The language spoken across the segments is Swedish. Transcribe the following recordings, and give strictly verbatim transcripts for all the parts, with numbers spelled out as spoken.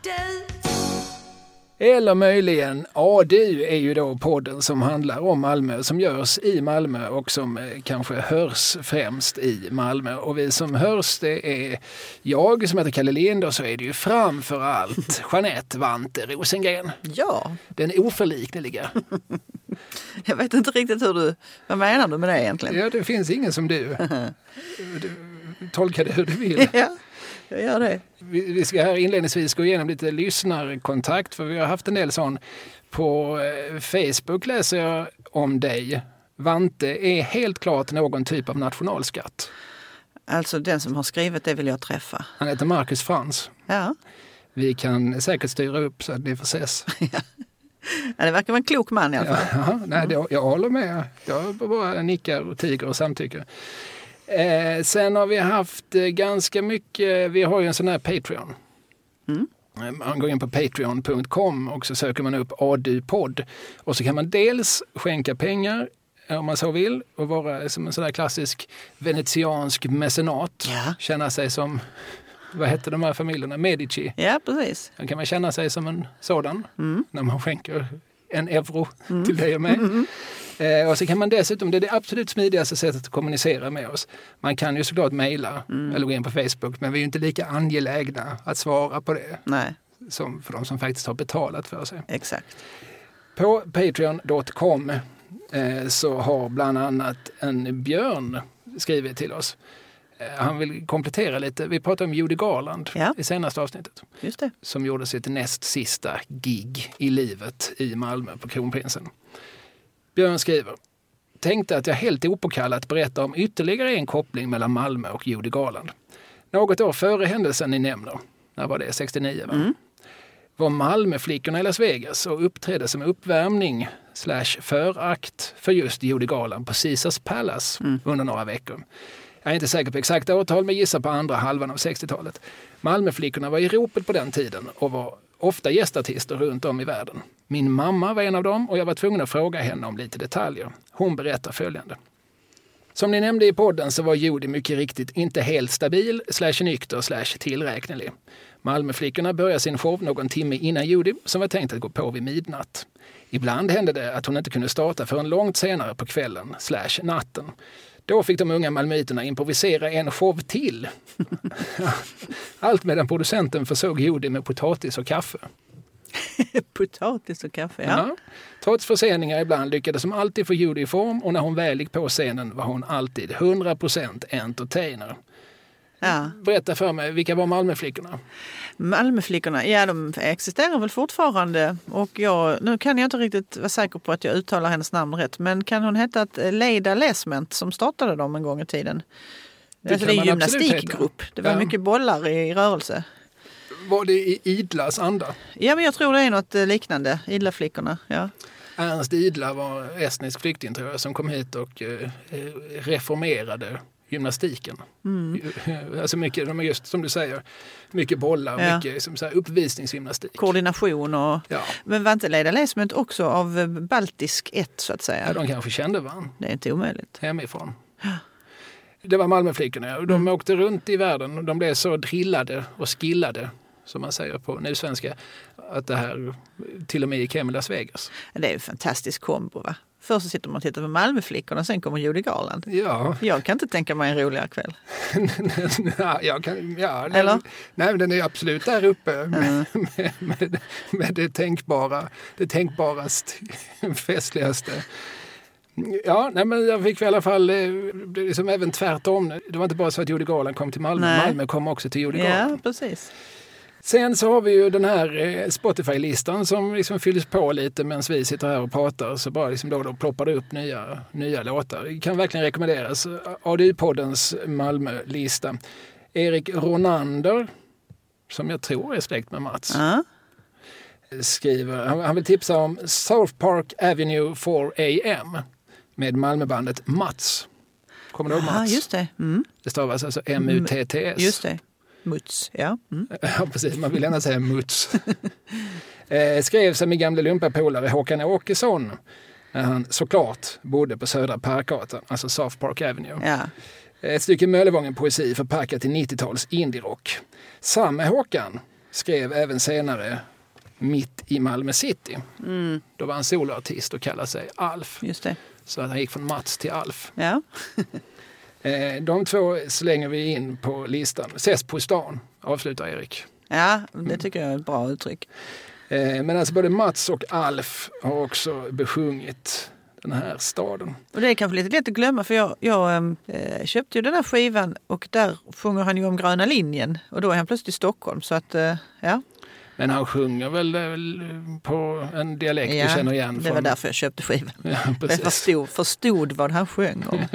Eller möjligen A Du är ju då podden som handlar om Malmö, som görs i Malmö och som eh, kanske hörs främst i Malmö. Och vi som hörs, det är jag som heter Kalle Lind, och så är det ju framför allt Jeanette Vante Rosengren. Ja. Den oförlikneliga. Jag vet inte riktigt hur du, vad menar du med det egentligen? Ja, det finns ingen som du. Du tolkar det hur du vill. Ja. Jag gör det. Vi ska här inledningsvis gå igenom lite lyssnarkontakt, för vi har haft en del sån. På Facebook läser jag om dig. Vante är helt klart någon typ av nationalskatt. Alltså den som har skrivit det vill jag träffa. Han heter Marcus Frans. Ja. Vi kan säkert styra upp så att ni får ses. Ja. Ja, det verkar vara en klok man i alla fall. Ja, nej, det, jag håller med. Jag bara nickar och tiger och samtycker. Eh, sen har vi haft eh, ganska mycket, vi har ju en sån här Patreon. Mm. Man går in på patreon punkt com och så söker man upp A Du-podd. Och så kan man dels skänka pengar om man så vill och vara som en sån där klassisk venetiansk mecenat. Ja. Känna sig som, vad heter de här familjerna? Medici. Ja, precis. Då kan man känna sig som en sådan mm. när man skänker en euro mm. till dig och mig. Mm. Eh, och så kan man dessutom, det är det absolut smidigaste sättet att kommunicera med oss. Man kan ju såklart mejla mm. eller gå in på Facebook, men vi är ju inte lika angelägna att svara på det. Nej. Som för de som faktiskt har betalat för sig. Exakt. På patreon punkt com eh, så har bland annat en Björn skrivit till oss. Eh, han vill komplettera lite. Vi pratade om Judy Garland ja. i senaste avsnittet. Just det. Som gjorde sitt näst sista gig i livet i Malmö på Kronprinsen. Björn skriver: tänkte att jag helt opåkallat berättar om ytterligare en koppling mellan Malmö och Judy Garland. Något år före händelsen ni nämner, när var det? sextionio va? Mm. Var Malmöflickorna i Las Vegas och uppträdde som uppvärmning slash förakt för just Judy Garland på Caesars Palace mm. under några veckor. Jag är inte säker på exakta årtal, men gissar på andra halvan av sextiotalet. Malmöflickorna var i ropet på den tiden och var ofta gästartister runt om i världen. Min mamma var en av dem och jag var tvungen att fråga henne om lite detaljer. Hon berättar följande. Som ni nämnde i podden så var Judy mycket riktigt inte helt stabil, slash nykter, slash tillräknelig. Malmöflickorna började sin show någon timme innan Judy som var tänkt att gå på vid midnatt. Ibland hände det att hon inte kunde starta förrän långt senare på kvällen, slash natten. Då fick de unga malmöiterna improvisera en show till. Allt medan producenten försåg Judy med potatis och kaffe. Potatis och kaffe, ja. ja. Trots förseningar ibland lyckades de alltid få Judy i form och när hon väl gick på scenen var hon alltid hundra procent entertainer. Ja. Berätta för mig, vilka var Malmöflickorna? Malmöflickorna, ja de existerar väl fortfarande och jag, nu kan jag inte riktigt vara säker på att jag uttalar hennes namn rätt, men kan hon heta att Leida Lesment som startade dem en gång i tiden? Det, alltså, det är en gymnastikgrupp, det var ja. mycket bollar i rörelse. Var det i Idlas anda? Ja, men jag tror det är något liknande, Idlaflickorna, ja. Ernst Idla var estnisk flykting tror jag, som kom hit och eh, reformerade gymnastiken. Mm. Alltså mycket, de är just som du säger, mycket bollar, ja. mycket som så här, uppvisningsgymnastik. Koordination och... Ja. Men var inte Leida Lesment också av baltisk ett så att säga? Ja, de kanske kände varandra. Det är inte omöjligt. Hemifrån. Ja. Det var Malmöflickorna och de mm. åkte runt i världen och de blev så drillade och skillade, som man säger på nysvenska, att det här till och med gick hem i Las Vegas. Det är en fantastisk kombo va? Först så sitter man och tittar på Malmöflickorna och sen kommer Judy Garland. Ja. Jag kan inte tänka mig en roligare kväll. ja, jag kan, ja, Eller? Den, nej, den är absolut där uppe med, mm. med, med, med det tänkbara, det tänkbarast festligaste. Ja, nej, men jag fick i alla fall liksom även tvärtom. Det var inte bara så att Judy Garland kom till Malmö. Nej. Malmö kom också till Judy Garland. Ja, precis. Sen så har vi ju den här Spotify-listan som liksom fylls på lite medan vi sitter här och pratar. Så bara liksom då och då ploppar det upp nya, nya låtar. Det kan verkligen rekommenderas. A Du-poddens Malmö-lista. Erik Ronander, som jag tror är släkt med Mats, uh. skriver, han, han vill tipsa om South Park Avenue four A M med Malmöbandet Mats. Kommer du ihåg Mats? Ja, just det. Mm. Det stavas alltså M U T T S. Just det. Muts, ja. Mm. Ja, precis. Man vill gärna säga Muts. eh, skrev som min gamla lumpapolare Håkan Åkesson när han såklart bodde på Södra Parkgatan, alltså South Park Avenue. Ja. Ett stycke Möllevången poesi förpackat till nittio-tals indie-rock. Samme Håkan skrev även senare Mitt i Malmö city. Mm. Då var han soloartist och kallade sig Alf. Just det. Så att han gick från Mats till Alf. Ja. De två slänger vi in på listan. Ses på stan, avslutar Erik. Ja, det tycker jag är ett bra uttryck. Men alltså både Mats och Alf har också besjungit den här staden. Och det är kanske lite lätt att glömma, för jag, jag äh, köpte ju den här skivan och där sjunger han ju om gröna linjen. Och då är han plötsligt i Stockholm, så att, äh, ja. Men han sjunger väl på en dialekt ja, du känner igen? Det från... var därför jag köpte skivan. Ja, jag förstod, förstod vad han sjöng om.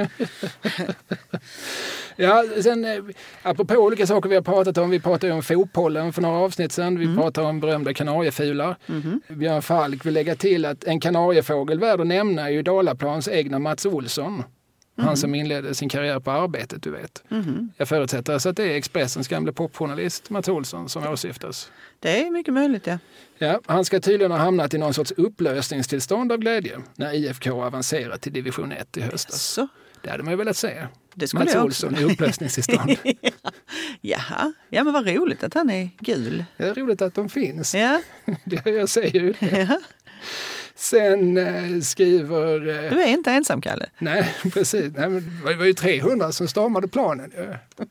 Ja, sen apropå olika saker vi har pratat om. Vi pratade om fotbollen för några avsnitt sedan. Vi mm. pratade om berömda kanariefular. Mm. Björn Falk vill lägga till att en kanariefågel värd att nämna är ju Dalaplans egna Mats Olsson. Mm. Han som inledde sin karriär på Arbetet, du vet. Mm. Jag förutsätter alltså att det är Expressens gamla popjournalist Mats Olsson som åsyftas. Det är mycket möjligt, ja. Ja, han ska tydligen ha hamnat i någon sorts upplösningstillstånd av glädje när I F K avancerat till division ett i höstas. Så. Det hade man ju velat se. Det skulle Mats jag Olsson i upplösningstillstånd. Jaha, ja, men vad roligt att han är gul. Det är roligt att de finns. Ja. Det jag säger ju det. Ja. Sen eh, skriver... Eh, du är inte ensam, Kalle. Nej, precis. Nej, men det var ju trehundra som stormade planen. Ja.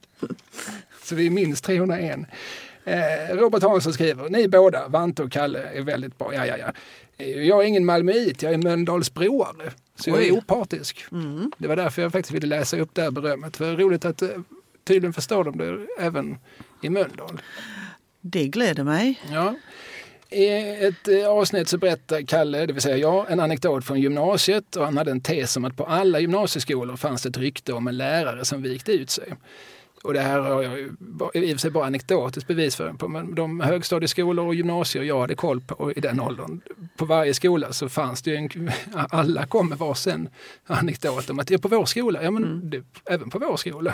Så vi är minst trehundraen. Eh, Robert Hansson skriver, ni båda, Vante och Kalle, är väldigt bra. Ja, ja, ja. Jag är ingen malmöit, jag är Mölndalsbroare. Så jag är opartisk. Mm. Det var därför jag faktiskt ville läsa upp det här berömmet. För det är roligt att tydligen förstår de det även i Mölndal. Det gläder mig. Ja. I ett avsnitt så berättar Kalle, det vill säga jag, en anekdot från gymnasiet. Och han hade en tes om att på alla gymnasieskolor fanns det ett rykte om en lärare som vikte ut sig. Och det här har jag ju i och för sig bara anekdotiskt bevis för. På de högstadieskolor och gymnasier jag hade koll på i den åldern. På varje skola så fanns det ju en... Alla kom med varsin anekdot om att det är på vår skola. Ja, men mm. det, även på vår skola.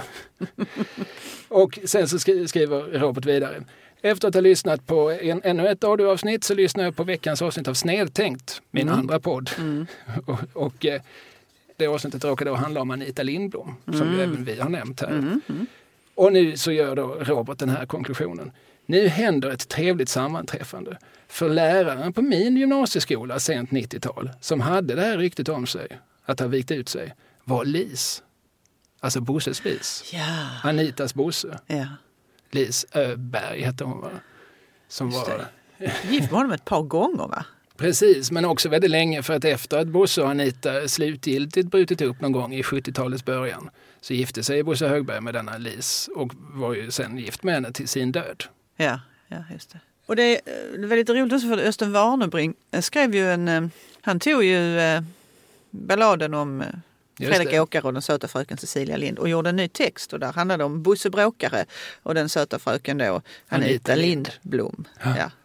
Och sen så skriver Robert vidare. Efter att ha lyssnat på en, ännu ett audioavsnitt så lyssnar jag på veckans avsnitt av Snedtänkt, min mm. andra podd. Mm. och... och det avsnittet råkade då handla om Anita Lindblom, som mm. ju även vi har nämnt här. Mm. Mm. Och nu så gör då Robert den här konklusionen. Nu händer ett trevligt sammanträffande. För läraren på min gymnasieskola sent nittiotal, som hade det här ryktet om sig, att ha vikt ut sig, var Lis. Alltså Bosses Lis. Ja. Anitas Bosse. Ja. Lis Öberg hette hon, va? Som Just var... Gift med honom ett par gånger, va? Precis, men också väldigt länge, för att efter att Bosse och Anita slutgiltigt brutit upp någon gång i sjuttiotalets början så gifte sig Bosse Högberg med denna Lis och var ju sen gift med henne till sin död. Ja, ja, just det. Och det är väldigt roligt också för Östen Warnerbring skrev ju en, han tog ju balladen om Fredrik Åkare och den söta fröken Cecilia Lind och gjorde en ny text och där handlade det om Bosse Bråkare och den söta fröken då Anita, Anita Lindblom. Ja. Ja.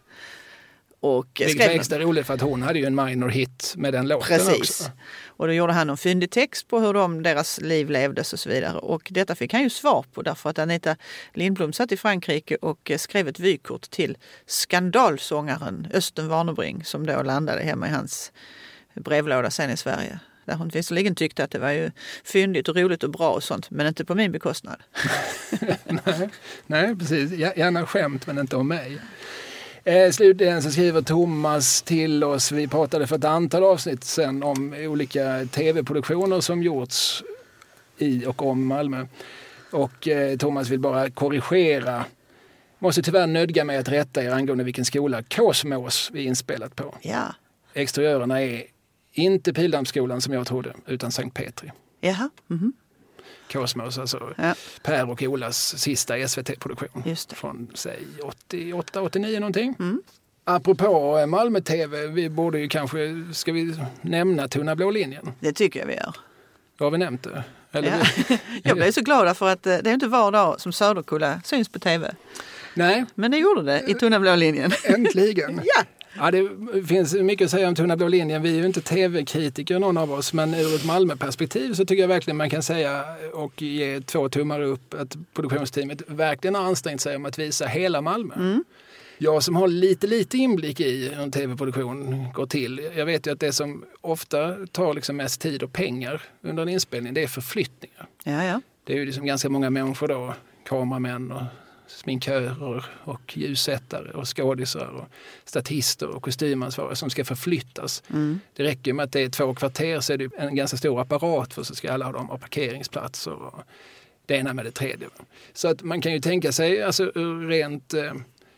Och det är extra roligt för att hon hade ju en minor hit med den låten. Precis. Också. Och då gjorde han en fyndig text på hur de, deras liv levdes och så vidare. Och detta fick han ju svar på därför att Anita Lindblom satt i Frankrike och skrev ett vykort till skandalsångaren Östen Warnerbring som då landade hemma i hans brevlåda sen i Sverige. Där hon visserligen tyckte att det var ju fyndigt och roligt och bra och sånt, men inte på min bekostnad. nej, nej, precis. Gärna skämt, men inte om mig. Eh, slutligen så skriver Thomas till oss, vi pratade för ett antal avsnitt sen om olika tv-produktioner som gjorts i och om Malmö. Och eh, Thomas vill bara korrigera, måste tyvärr nödga mig att rätta er angående vilken skola Kosmos vi inspelat på. Ja. Exteriörerna är inte Pildammsskolan som jag trodde, utan Sankt Petri. Jaha. Mhm. Kosmos, alltså ja. Per och Olas sista S V T-produktion. Just det. Från, säg, åttioåtta åttionio någonting. Mm. Apropå Malmö-T V, vi borde ju kanske, ska vi nämna Tunna blå linjen? Det tycker jag vi gör. Då har vi nämnt det. Eller ja. vi... jag blev så glad för att det är inte var dag som Söderkulla syns på T V. Nej. Men det gjorde det i Tunna blå linjen. Äntligen. Ja. Ja, det finns mycket att säga om Tunna blå linjen. Vi är ju inte tv-kritiker någon av oss, men ur ett Malmö-perspektiv så tycker jag verkligen man kan säga och ge två tummar upp att produktionsteamet verkligen har ansträngt sig om att visa hela Malmö. Mm. Jag som har lite, lite inblick i hur en tv-produktion går till, jag vet ju att det som ofta tar liksom mest tid och pengar under en inspelning, det är förflyttningar. Ja, ja. Det är ju liksom ganska många människor då, kameramän och sminkörer och ljussättare och skådisar och statister och kostymansvariga som ska förflyttas. Mm. Det räcker med att det är två kvarter så är det en ganska stor apparat för så ska alla de ha parkeringsplatser och det ena med det tredje. Så att man kan ju tänka sig alltså rent eh,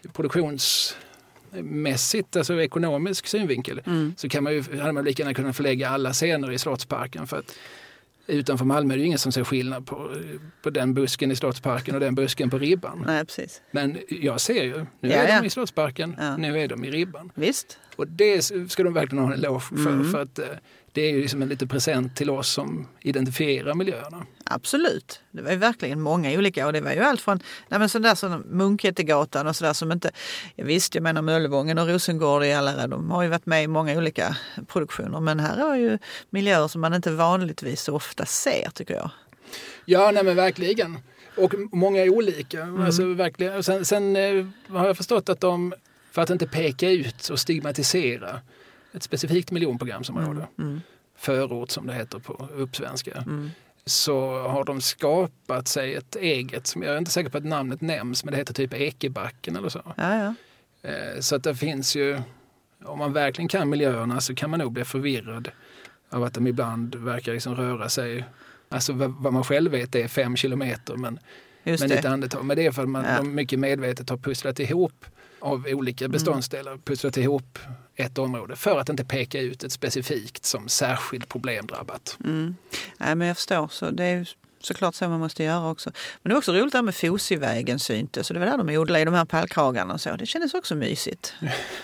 produktionsmässigt, alltså ekonomisk synvinkel, mm. så kan man ju, hade man lika gärna kunnat förlägga alla scener i Slottsparken för att utanför Malmö är det ju ingen som ser skillnad på, på den busken i Slottsparken och den busken på Ribban. Nej, precis. Men jag ser ju, nu ja, är ja. de i Slottsparken, ja. Nu är de i Ribban. Visst. Och det ska de verkligen ha en eloge för, mm. för att det är ju liksom en liten present till oss som identifierar miljöerna. Absolut. Det var ju verkligen många olika och det var ju allt från nej men sådär som Munkhättegatan och sådär som inte, jag visst jag menar Möllevången och Rosengård i alla de har ju varit med i många olika produktioner men här är ju miljöer som man inte vanligtvis så ofta ser tycker jag. Ja, nej men verkligen. Och många är olika. Mm. Alltså, verkligen. Sen, sen eh, har jag förstått att de, för att inte peka ut och stigmatisera ett specifikt miljonprogramsområde, mm. mm. förort som det heter på uppsvenska, mm. så har de skapat sig ett eget, som jag är inte säker på att namnet nämns, men det heter typ Ekebacken eller så. Ja, ja. Eh, så att det finns ju, om man verkligen kan miljöerna så kan man nog bli förvirrad av att de ibland verkar liksom röra sig. Alltså vad man själv vet är fem kilometer men, men lite andetag. Men det är för att man ja. de mycket medvetet har pusslat ihop av olika beståndsdelar, mm. pusslat ihop ett område för att inte peka ut ett specifikt som särskilt problemdrabbat. Mm. Nej, men jag förstår. Så det är såklart så man måste göra också. Men det är också roligt där med Fosievägen syntes. Så det var där de odlade i de här pallkragarna och så. Det kändes också mysigt.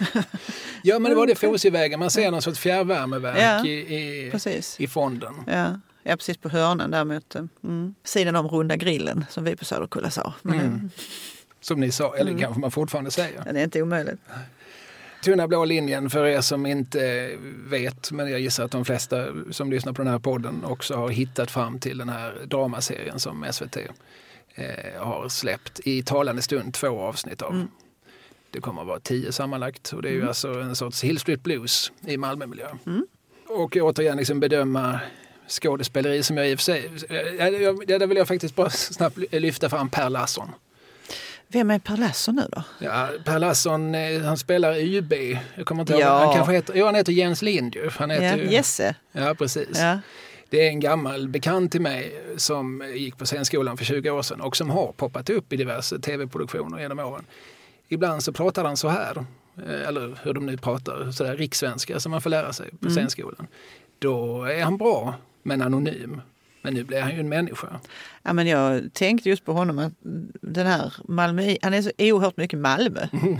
Ja, men det var det Fosievägen. Man ser någon sorts fjärrvärmeverk ja, i, i, i fonden. Ja. Ja, precis på hörnan där mot mm, sidan om runda grillen som vi på Söderkulla sa. Men, mm. Som ni sa, eller mm. kanske man fortfarande säger. Ja, det är inte omöjligt. Tunna blå linjen för er som inte vet, men jag gissar att de flesta som lyssnar på den här podden också har hittat fram till den här dramaserien som S V T eh, har släppt i talande stund två avsnitt av. Mm. Det kommer att vara tio sammanlagt och det är ju mm. alltså en sorts Hill Street Blues i Malmömiljö. Mm. Och återigen liksom bedöma skådespeleri som jag i och för sig... Ja, där vill jag faktiskt bara snabbt lyfta fram Per Larsson. Vem är Per Larsson nu då? Ja, Per Larsson, han spelar Y B. Jag kommer inte ihåg. Ja. Han kanske heter, ja, han heter Jens Lind ju. Han heter ja, ju, Jesse. Ja, precis. Ja. Det är en gammal bekant till mig som gick på scenskolan för tjugo år sedan och som har poppat upp i diverse tv-produktioner genom åren. Ibland så pratar han så här, eller hur de nu pratar, så där rikssvenska som man får lära sig på mm. scenskolan. Då är han bra, men anonym. Men nu blir han ju en människa. Ja, men jag tänkte just på honom att den här Malmö, han är så oerhört mycket Malmö. Mm.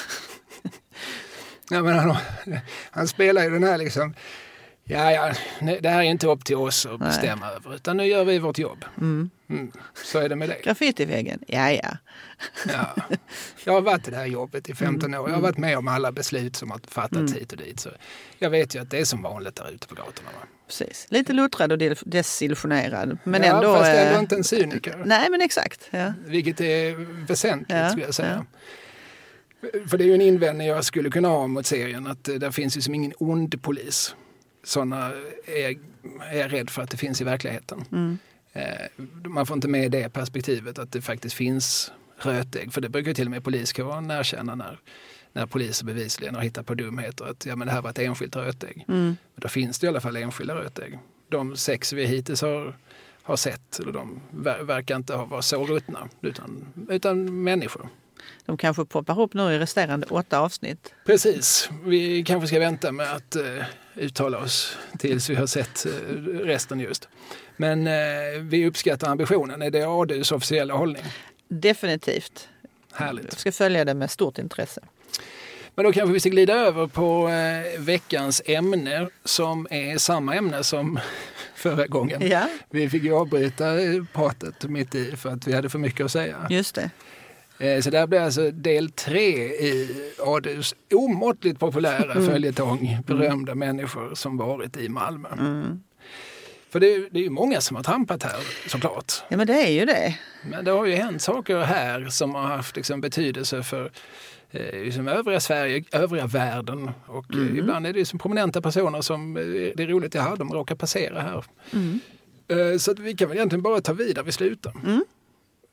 Ja, men han, han spelar ju den här liksom, ja, ja, det här är inte upp till oss att bestämma Nej. över, utan nu gör vi vårt jobb. Mm. Mm. Så är det med det. Graffitiväggen, ja, ja. Ja. Jag har varit i det här jobbet i femton år. Jag har varit med om alla beslut som har fattats mm. hit och dit. Så jag vet ju att det är som vanligt där ute på gatorna. Va? Precis. Lite luttrad och desillusionerad. Men ja, ändå, fast ändå äh... inte en cyniker. Nej, men exakt. Ja. Vilket är väsentligt, ja. skulle jag säga. Ja. För det är ju en invändning jag skulle kunna ha mot serien. Att det finns ju som ingen ond polis. Sådana är, är jag rädd för att det finns i verkligheten. Mm. Man får inte med det perspektivet att det faktiskt finns rötägg. För det brukar till och med poliskåren erkänna när, när poliser bevisligen har hittat på dumheter. Att ja, men det här var ett enskilt rötägg. Mm. Men då finns det i alla fall enskilda rötägg. De sex vi hittills har, har sett, eller de ver- verkar inte ha varit så ruttna. Utan, utan människor. De kanske poppar upp nu i resterande åtta avsnitt. Precis. Vi kanske ska vänta med att uh, uttala oss tills vi har sett uh, resten just. Men uh, vi uppskattar ambitionen. Är det A D U:s officiella hållning? Definitivt. Härligt. Jag ska följa det med stort intresse. Men då kanske vi ska glida över på uh, veckans ämne som är samma ämne som förra gången. Ja. Vi fick ju avbryta pratet mitt i för att vi hade för mycket att säga. Just det. Så där blir alltså del tre i A D U:s omåttligt populära mm. följetong berömda mm. människor som varit i Malmö. Mm. För det är, det är ju många som har trampat här såklart. Ja, men det är ju det. Men det har ju hänt saker här som har haft liksom betydelse för eh, liksom övriga Sverige, övriga världen. Och mm. eh, ibland är det som prominenta personer som eh, det är roligt att de råkar passera här. Mm. Eh, så att vi kan väl egentligen bara ta vid där vi slutar. Mm.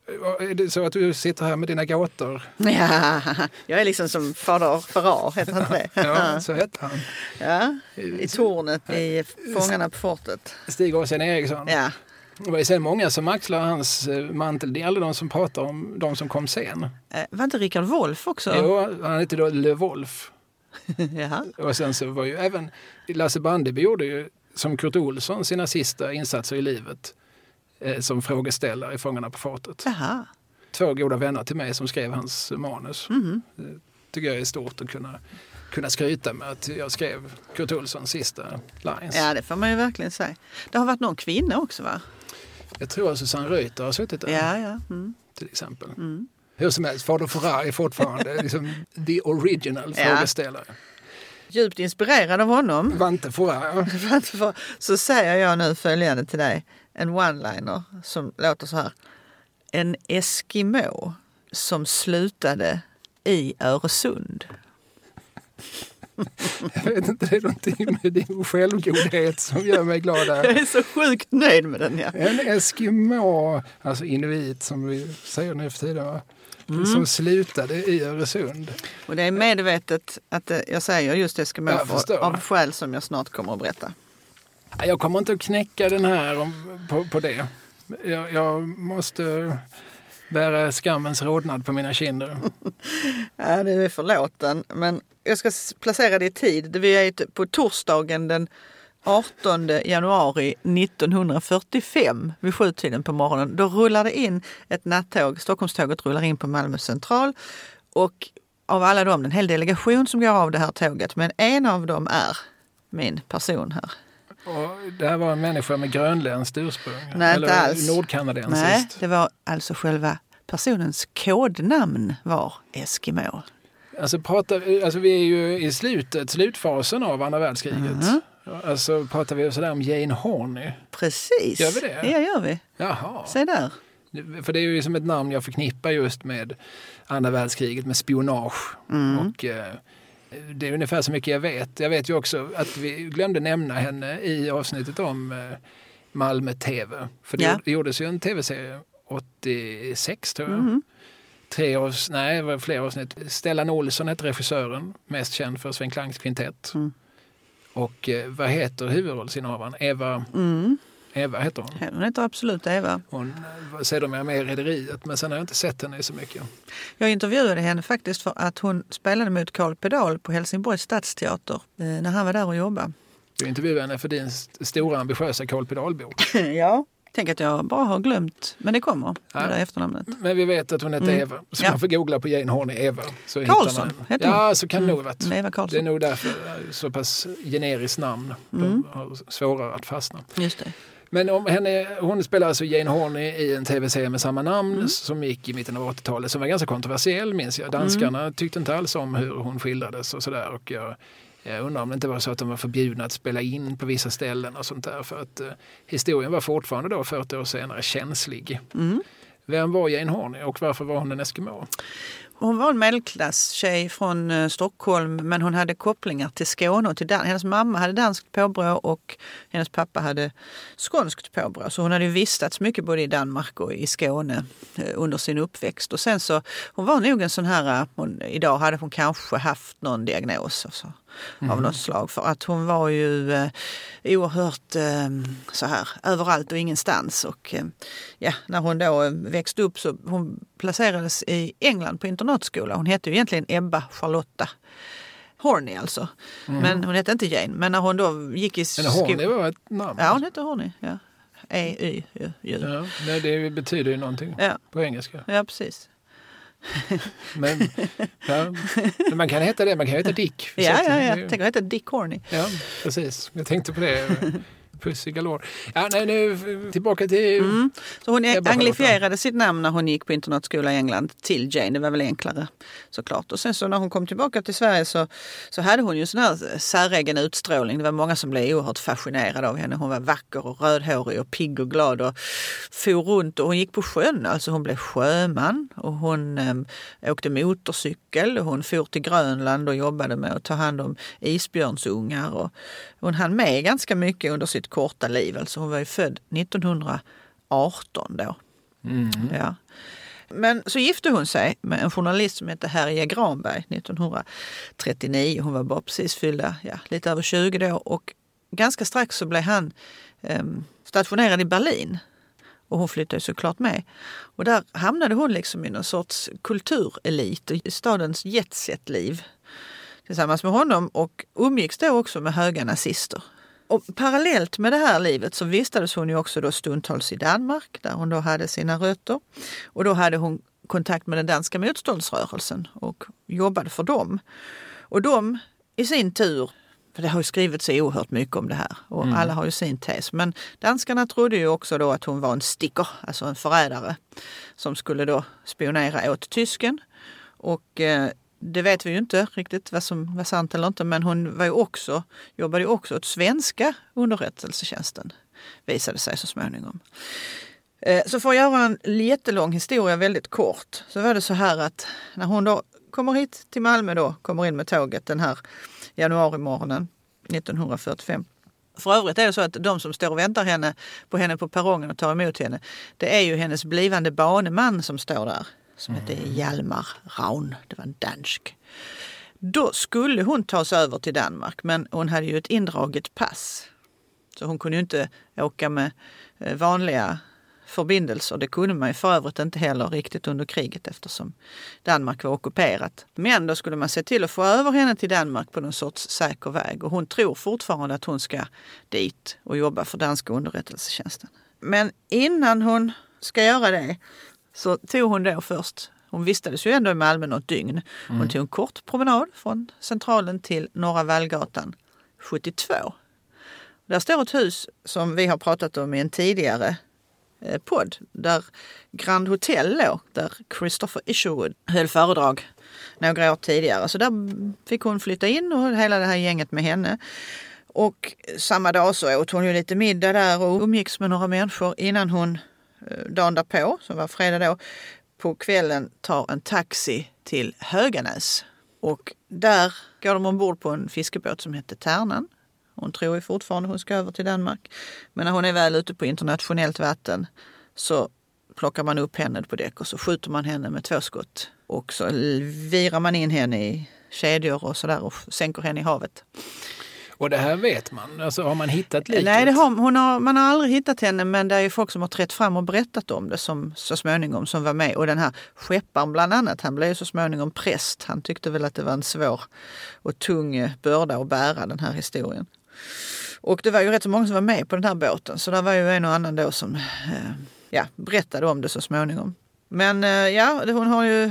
Är det så att du sitter här med dina gåtor? Ja, jag är liksom som fader Farrar, heter han det? Ja, så heter han. Ja, i tornet i Fångarna på fortet. Stig Åsen Eriksson. Ja. Det var ju sen många som axlar hans mantel. Det är alla de som pratar om de som kom sen. Eh, var inte Richard Wolff också? Jo, han hette då Le Wolf. Jaha. Och sen så var ju även Lasse Brandeby gjorde ju som Kurt Olsson sina sista insatser i livet eh, som frågeställare i Fångarna på fortet. Jaha. Två goda vänner till mig som skrev hans manus. Mm. Det tycker jag är stort att kunna, kunna skryta med att jag skrev Kurt Olssons sista lines. Ja, det får man ju verkligen säga. Det har varit någon kvinna också, va? Jag tror att Susanne Reuter har suttit där. Ja, ja. Mm. Till exempel. Mm. Hur som helst, Fader Farrar är fortfarande liksom the original Ja. frågeställare. Djupt inspirerad av honom Vante Farrar. så säger jag nu följande till dig. En one-liner som låter så här. En eskimo som slutade i Öresund. Jag vet inte, det är någonting med din självgodhet som gör mig glad Jag här. är så sjukt nöjd med den. Ja. En eskimo, alltså inuit som vi säger nu för tiden, va? Mm. Som slutade i Öresund. Och det är medvetet att det, jag säger just eskimo Jag för, förstår. av skäl som jag snart kommer att berätta. Jag kommer inte att knäcka den här om, på, på det. Jag, jag måste bära skammens rodnad på mina kinder. Ja, det är förlåten. Men jag ska placera det i tid. Vi är på torsdagen den artonde januari nittonhundrafyrtiofem vid sjutiden på morgonen. Då rullar det in ett nattåg. Stockholmståget rullar in på Malmö central. Och av alla dem, en hel delegation som går av det här tåget. Men en av dem är min person här. Och det här var en människa med grönländskt ursprung? Nej, eller inte alls. Nordkanadensiskt? Nej, det var alltså själva personens kodnamn var Eskimo. Alltså, pratar, alltså vi är ju i slutet, slutfasen av andra världskriget. Mm. Alltså pratar vi sådär om Jane Horney. Precis. Gör vi det? Ja, gör vi. Jaha. Se där. För det är ju som ett namn jag förknippar just med andra världskriget, med spionage. Mm. Och eh, det är ungefär så mycket jag vet. Jag vet ju också att vi glömde nämna henne i avsnittet om eh, Malmö T V. För det, Ja. det gjordes ju en tv-serie åttiosex tror jag. Mm. Tre års, nej, det var flera avsnitt. Stellan Olsson heter regissören, mest känd för Sven Klangs kvintett. Mm. Och eh, vad heter huvudrollsinnehavaren? Eva, Mm. Eva heter hon. Hon heter absolut Eva. Hon var sedermera med i Rederiet, men sen har jag inte sett henne så mycket. Jag intervjuade henne faktiskt för att hon spelade mot Carl Pedal på Helsingborgs stadsteater eh, när han var där och jobbade. Jag intervjuade henne för din st- stora ambitiösa Carl Pedal-bok. Ja. Tänk att jag bara har glömt, men det kommer, Ja. det där efternamnet. Men vi vet att hon heter Mm. Eva. Så Ja. man får googla på Jane Horney Eva. Så Karlsson hittar man. heter hon. Ja, så kan det nog vara. Mm. Eva Det är Karlsson. nog därför så pass generiskt namn. Mm. De har svårare att fastna. Just det. Men om henne, hon spelar alltså Jane Horney i en tv-serie med samma namn Mm. som gick i mitten av åttiotalet som var ganska kontroversiell, minns jag. Danskarna mm. tyckte inte alls om hur hon skildrades och sådär. Och jag, jag undrar om det inte var så att de var förbjudna att spela in på vissa ställen och sånt där. För att eh, historien var fortfarande då fyrtio år senare känslig. Mm. Vem var Jane Horney och varför var hon en eskimo? Hon var en medelklasstjej från uh, Stockholm, men hon hade kopplingar till Skåne och till Dan- hennes mamma hade danskt påbrå och hennes pappa hade skånskt påbrå. Så hon hade vistats mycket både i Danmark och i Skåne uh, under sin uppväxt. Och sen så, hon var nog en sån här, uh, hon, idag hade hon kanske haft någon diagnos och så, mm. av något slag. För att hon var ju uh, oerhört uh, så här, överallt och ingenstans. Och uh, ja, när hon då uh, växte upp så hon placerades i England på internatskola. Hon hette ju egentligen Ebba Charlotta Horney alltså. Mm. Men hon hette inte Jane. Men när hon då gick i skolan... Men Horney var ett namn. Ja, hon hette Horney. Ja. E Y J. Ja, nej, det betyder ju någonting ja. på engelska. Ja, precis. Men, ja, men man kan heta det, man kan heta Dick. Ja, ja, ja. Jag tänker heta Dick Horney. Ja, precis. Jag tänkte på det. Pussy galore. Ja, nej, nu tillbaka till... Mm. Så hon anglifierade sitt namn när hon gick på internatskola i England till Jane. Det var väl enklare såklart. Och sen så när hon kom tillbaka till Sverige så, så hade hon ju en sån här säregen utstrålning. Det var många som blev oerhört fascinerade av henne. Hon var vacker och rödhårig och pigg och glad och for runt. Och hon gick på sjön. Alltså hon blev sjöman och hon äm, åkte motorcykel. Och hon for till Grönland och jobbade med att ta hand om isbjörnsungar. Och hon hann med ganska mycket under sitt korta liv. Alltså hon var ju född nittonhundraarton då. Mm. Ja. Men så gifte hon sig med en journalist som heter Herje Granberg nittonhundratrettionio. Hon var bara precis fyllda, ja, lite över tjugo då. Och ganska strax så blev han eh, stationerad i Berlin. Och hon flyttade såklart med. Och där hamnade hon liksom i någon sorts kulturelit i stadens jetset-liv tillsammans med honom och umgicks då också med höga nazister. Och parallellt med det här livet så vistades hon ju också då stundtals i Danmark där hon då hade sina rötter. Och då hade hon kontakt med den danska motståndsrörelsen och jobbade för dem. Och de i sin tur, för det har ju skrivits så oerhört mycket om det här och mm. alla har ju sin tes. Men danskarna trodde ju också då att hon var en sticker, alltså en förrädare som skulle då spionera åt tysken. Och eh, det vet vi ju inte riktigt vad som var sant eller inte, men hon var ju också, jobbade ju också åt svenska underrättelsetjänsten, visade sig så småningom. Eh, så för att göra en jättelång historia väldigt kort så var det så här att när hon då kommer hit till Malmö då, kommer in med tåget den här januarimorgonen nittonhundrafyrtiofem. För övrigt är det så att de som står och väntar henne på henne på perrongen och tar emot henne, det är ju hennes blivande baneman som står där, som mm. heter Hjalmar Raun, det var en dansk. Då skulle hon ta sig över till Danmark, men hon hade ju ett indraget pass. Så hon kunde ju inte åka med vanliga förbindelser. Det kunde man ju för övrigt inte heller riktigt under kriget eftersom Danmark var ockuperat. Men då skulle man se till att få över henne till Danmark på någon sorts säker väg. Och hon tror fortfarande att hon ska dit och jobba för danska underrättelsetjänsten. Men innan hon ska göra det så tog hon då först, hon vistades ju ändå i Malmö något dygn. Hon mm. tog en kort promenad från centralen till Norra Vallgatan sjuttiotvå. Där står ett hus som vi har pratat om i en tidigare podd där Grand Hotel låg, där Christopher Isherwood höll föredrag några år tidigare. Så där fick hon flytta in och hela det här gänget med henne. Och samma dag så åt hon ju lite middag där och umgicks med några människor innan hon dagen därpå, som var fredag då, på kvällen tar en taxi till Höganäs. Och där går de ombord på en fiskebåt som heter Tärnan. Hon tror ju fortfarande hon ska över till Danmark. Men när hon är väl ute på internationellt vatten så plockar man upp henne på däck och så skjuter man henne med två skott. Och så virar man in henne i kedjor och sådär och sänker henne i havet. Och det här vet man? Alltså har man hittat liket? Nej, det har, hon har, man har aldrig hittat henne, men det är ju folk som har trätt fram och berättat om det som, så småningom som var med. Och den här skepparen bland annat, han blev ju så småningom präst. Han tyckte väl att det var en svår och tung börda att bära den här historien. Och det var ju rätt så många som var med på den här båten. Så det var ju en och annan då som eh, ja, berättade om det så småningom. Men eh, ja, hon har ju...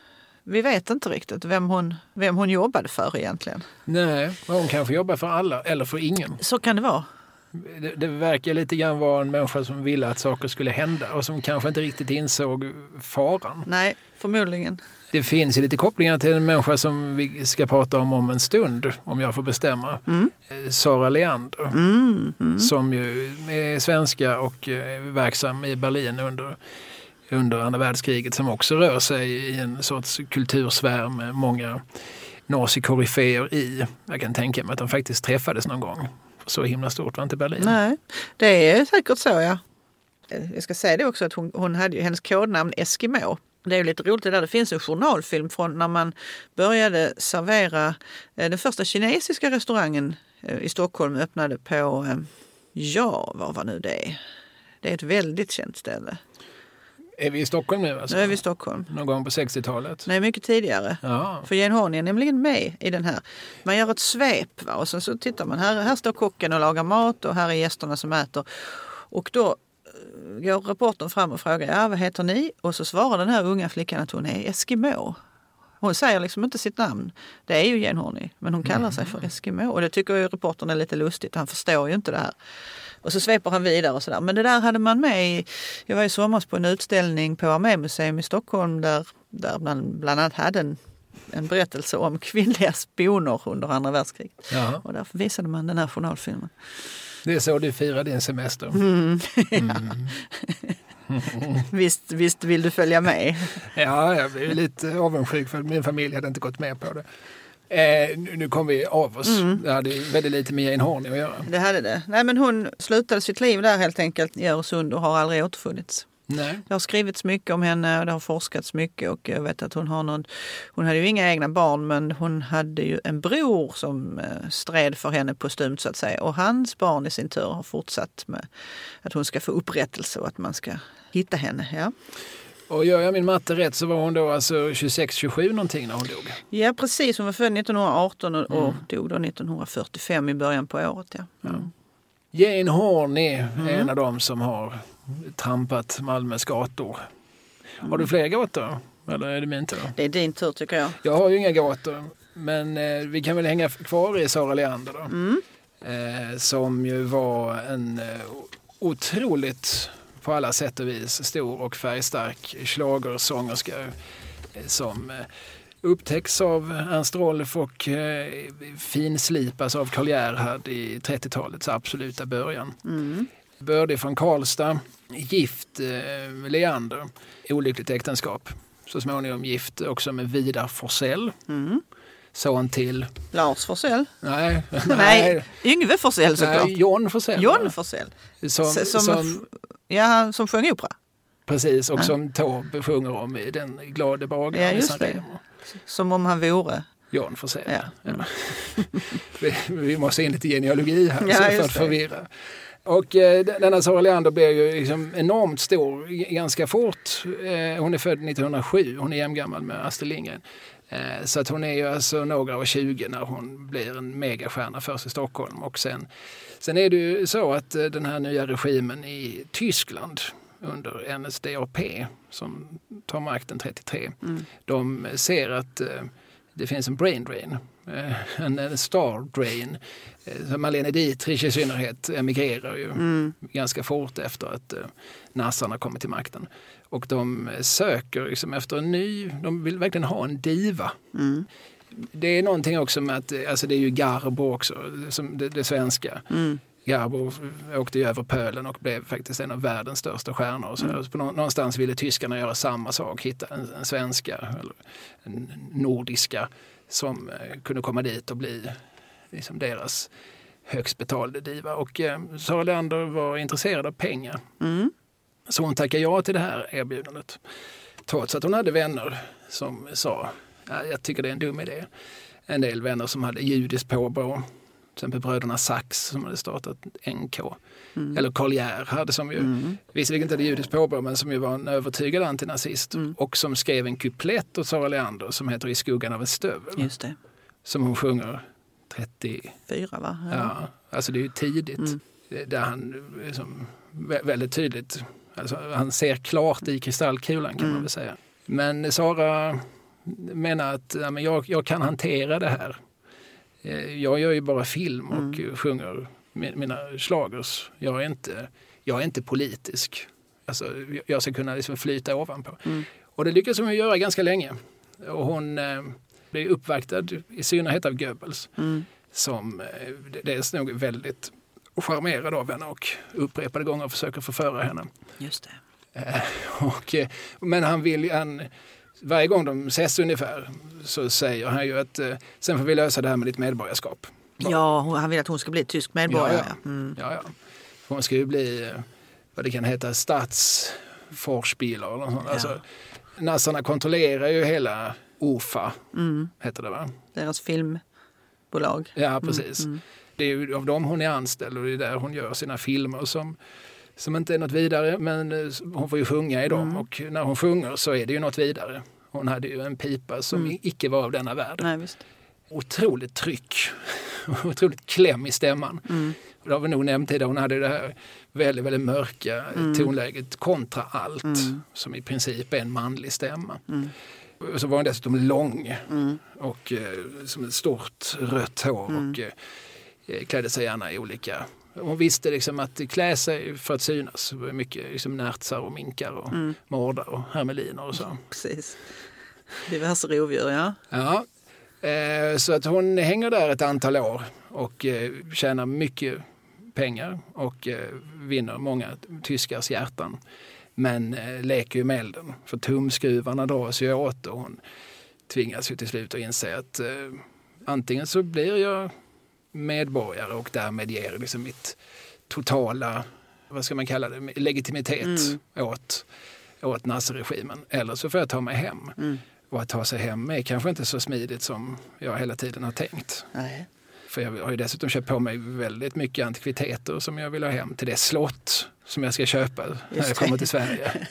Vi vet inte riktigt vem hon, vem hon jobbade för egentligen. Nej, hon kanske jobbar för alla eller för ingen. Så kan det vara. Det, det verkar lite grann vara en människa som ville att saker skulle hända och som kanske inte riktigt insåg faran. Nej, förmodligen. Det finns ju lite kopplingar till en människa som vi ska prata om om en stund, om jag får bestämma. Mm. Sara Leander, mm, mm. som ju är svenska och verksam i Berlin under... under andra världskriget, som också rör sig i en sorts kultursfär med många nazikoryféer i. Jag kan tänka mig att de faktiskt träffades någon gång. Så himla stort var inte Berlin. Nej, det är säkert så, ja. Jag ska säga det också att hon, hon hade ju hennes kodnamn Eskimo. Det är ju lite roligt det där. Det finns en journalfilm från när man började servera den första kinesiska restaurangen i Stockholm öppnade på, ja, vad var nu det? Det är ett väldigt känt ställe. Är vi i Stockholm nu alltså? Nu är vi i Stockholm. Någon gång på sextiotalet? Nej, mycket tidigare. Ja. För Jane Horney är nämligen med i den här. Man gör ett svep, va? Och sen så tittar man. Här, här står kocken och lagar mat och här är gästerna som äter. Och då går reportern fram och frågar, ja, vad heter ni? Och så svarar den här unga flickan att hon är Eskimo. Hon säger liksom inte sitt namn. Det är ju Jane Horney, men hon kallar sig för Eskimo. Och det tycker ju reportern är lite lustigt. Han förstår ju inte det här. Och så sveper han vidare och sådär. Men det där hade man med i, jag var i somras på en utställning på Armémuseum i Stockholm där, där man bland annat hade en, en berättelse om kvinnliga spioner under andra världskriget. Jaha. Och därför visade man den här journalfilmen. Det är så du firar din semester. Mm. Mm. visst, visst vill du följa med? Ja, jag är lite avundsjuk för min familj hade inte gått med på det. Eh, nu kom vi av oss. Mm. Det hade väldigt lite med Jane Horney att göra. Det hade det. Nej, men hon slutade sitt liv där helt enkelt i Öresund och har aldrig återfunnits. Nej. Det har skrivits mycket om henne och det har forskats mycket och jag vet att hon har någon, hon hade ju inga egna barn men hon hade ju en bror som stred för henne postumt så att säga och hans barn i sin tur har fortsatt med att hon ska få upprättelse och att man ska hitta henne. Ja. Och gör jag min matte rätt så var hon då alltså tjugosex tjugosju någonting när hon dog. Ja precis, hon var född nittonhundraarton och, Mm. och dog då nittonhundrafyrtiofem i början på året. Ja. Mm. Jane Horney är Mm. en av dem som har trampat Malmös gator. Har du fler gator? Eller är det min tur? Det är din tur tycker jag. Jag har ju inga gator. Men eh, vi kan väl hänga kvar i Sara Leander då. Mm. Eh, som ju var en eh, otroligt på alla sätt och vis stor och färgstark schlagersångerska eh, som eh, upptäcks av Ernst Rolf och eh, finslipas av Karl Gerhard i trettiotalets absoluta början. Mm. Bördig från Karlstad, gift eh, med Leander, olyckligt äktenskap. Så småningom gift också med Vidar Forsell. Mm. Son till... Lars Forsell? Nej, nej, Nej, Yngve Forsell såklart. nej John Forsell. John Forsell. Som, som, som, ja, som sjöng opera. precis, och Ja. som Taube sjunger om i Den glade bagaren. Ja, i just San det. Remo. Som om han vore. John Forsell. Ja. Ja. vi, vi måste in lite genealogi här Ja, så för just att det. förvirra. Och eh, denna Sara Leander blev ju liksom enormt stor g- ganska fort. Eh, hon är född nittonhundrasju, hon är jämngammal med Astrid Lindgren. Eh, så att hon är ju alltså några och tjugo när hon blir en megastjärna först i Stockholm. Och sen, sen är det ju så att eh, den här nya regimen i Tyskland under N S D A P som tar makten trettiotre, Mm. de ser att eh, det finns en brain drain, eh, en, en star drain. Eh, Marlene Dietrich i synnerhet emigrerar ju Mm. ganska fort efter att eh, nassarna kommer till makten. Och de söker liksom efter en ny, de vill verkligen ha en diva. Mm. Det är någonting också med att, alltså det är ju Garbo också, som det, det svenska. Mm. Garbo åkte ju över pölen och blev faktiskt en av världens största stjärnor. Så mm. på någonstans ville tyskarna göra samma sak, hitta en, en svenska eller en nordiska som eh, kunde komma dit och bli liksom deras högst betalde diva. Och eh, Sara Leander var intresserad av pengar. Mm. Så hon tackade ja till det här erbjudandet. Trots att hon hade vänner som sa, ja, jag tycker det är en dum idé. En del vänner som hade judiskt påbrå. Till exempel bröderna Sachs som hade startat N K. Mm. Eller Karl Gerhard som ju, mm. visserligen inte hade judiskt påbrå men som ju var en övertygad antinazist. Mm. Och som skrev en kuplett åt Sara Leander som heter I skuggan av en stövel. Just det. Som hon sjunger trettio. Fyra va? Ja. Ja, alltså det är ju tidigt. Mm. Där han liksom, väldigt tydligt, alltså han ser klart i kristallkulan kan mm. man väl säga. Men Sara menar att ja, men jag, jag kan hantera det här. Jag gör ju bara film och mm. sjunger mina schlagers. Jag är inte, jag är inte politisk. Alltså, jag ska kunna liksom flyta ovanpå. Mm. Och det lyckas hon göra ganska länge. Och hon eh, blev uppvaktad i synnerhet av Goebbels. Mm. Som eh, dels nog väldigt charmerad av henne och upprepade gånger försöker förföra henne. Just det. Eh, och, eh, men han vill... Han, varje gång de ses ungefär så säger han ju att eh, sen får vi lösa det här med ditt medborgarskap. Bara. Ja, han vill att hon ska bli tysk medborgare. Ja, ja. Mm. ja, ja. Hon ska ju bli eh, vad det kan heta statsforspieler eller något sånt. Ja. Alltså, nassarna kontrollerar ju hela O F A, mm. heter det va? Deras filmbolag. Ja, precis. Mm. Mm. Det är ju av dem hon är anställd och det är där hon gör sina filmer som som inte är något vidare, men hon får ju sjunga i dem mm. och när hon sjunger så är det ju något vidare. Hon hade ju en pipa som mm. icke var av denna värld. Nej, visst. Otroligt tryck, otroligt kläm i stämman. Mm. Det har vi nog nämnt tidigare, hon hade det här väldigt, väldigt mörka mm. tonläget kontra allt mm. som i princip är en manlig stämma. Mm. Så var hon dessutom lång mm. och eh, som ett stort rött hår mm. och eh, klädde sig gärna i olika... Hon visste liksom att klä sig för att synas. Mycket liksom närtsar och minkar och mm. mordar och hermeliner och så. Precis. Diverse rovdjur, ja. Ja, eh, så att hon hänger där ett antal år och eh, tjänar mycket pengar och eh, vinner många tyskars hjärtan. Men eh, leker ju med elden. För tumskruvarna dras ju åt och hon tvingas ju till slut att inse att eh, antingen så blir jag medborgare och därmed ger liksom mitt totala vad ska man kalla det, legitimitet mm. åt, åt Nasser-regimen. Eller så får jag ta mig hem. Mm. Och att ta sig hem är kanske inte så smidigt som jag hela tiden har tänkt. Nej. För jag har ju dessutom köpt på mig väldigt mycket antikviteter som jag vill ha hem till det slott som jag ska köpa när jag kommer till Sverige.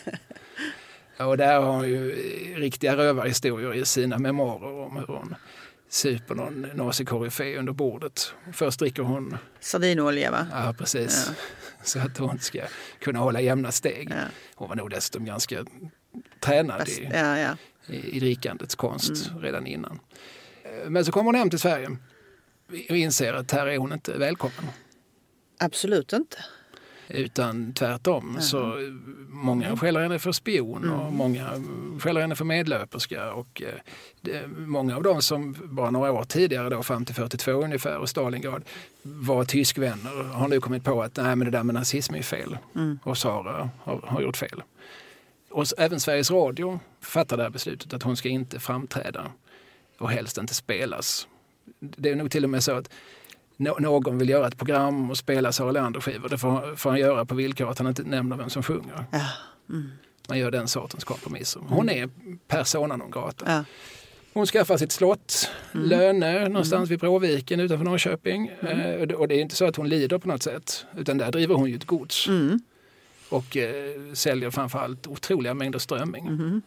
Och där har hon ju riktiga rövarhistorier i sina memoarer om hur hon super någon nazi-koryfé under bordet. Först dricker hon... Sardinolja, va? Ja, precis. Ja. Så att hon ska kunna hålla jämna steg. Ja. Hon var nog dessutom ganska tränad Fast, i, ja, ja. i, i drickandets konst mm. redan innan. Men så kommer hon hem till Sverige och inser att här är hon inte välkommen. Absolut inte. Utan tvärtom mm. så många skäller henne för spion mm. och många skäller henne för medlöperska och eh, det, många av dem som bara några år tidigare då fram till fyrtiotvå ungefär och Stalingrad var tyskvänner har nu kommit på att nej, men det där med nazism är fel mm. och Sara har, har gjort fel. Och även Sveriges Radio fattar det här beslutet att hon ska inte framträda och helst inte spelas. Det är nog till och med så att någon vill göra ett program och spela Sara Leander-skivor. Det får, får han göra på villkor att han inte nämner vem som sjunger. Ja. Mm. Man gör den sortens kompromisser. Hon är persona non grata. Ja. Hon skaffar sitt slott, mm. Löne någonstans mm. vid Bråviken utanför Norrköping. Mm. Eh, och det är inte så att hon lider på något sätt. Utan där driver hon ju ett gods. Mm. Och eh, säljer framförallt otroliga mängder strömming. Mm.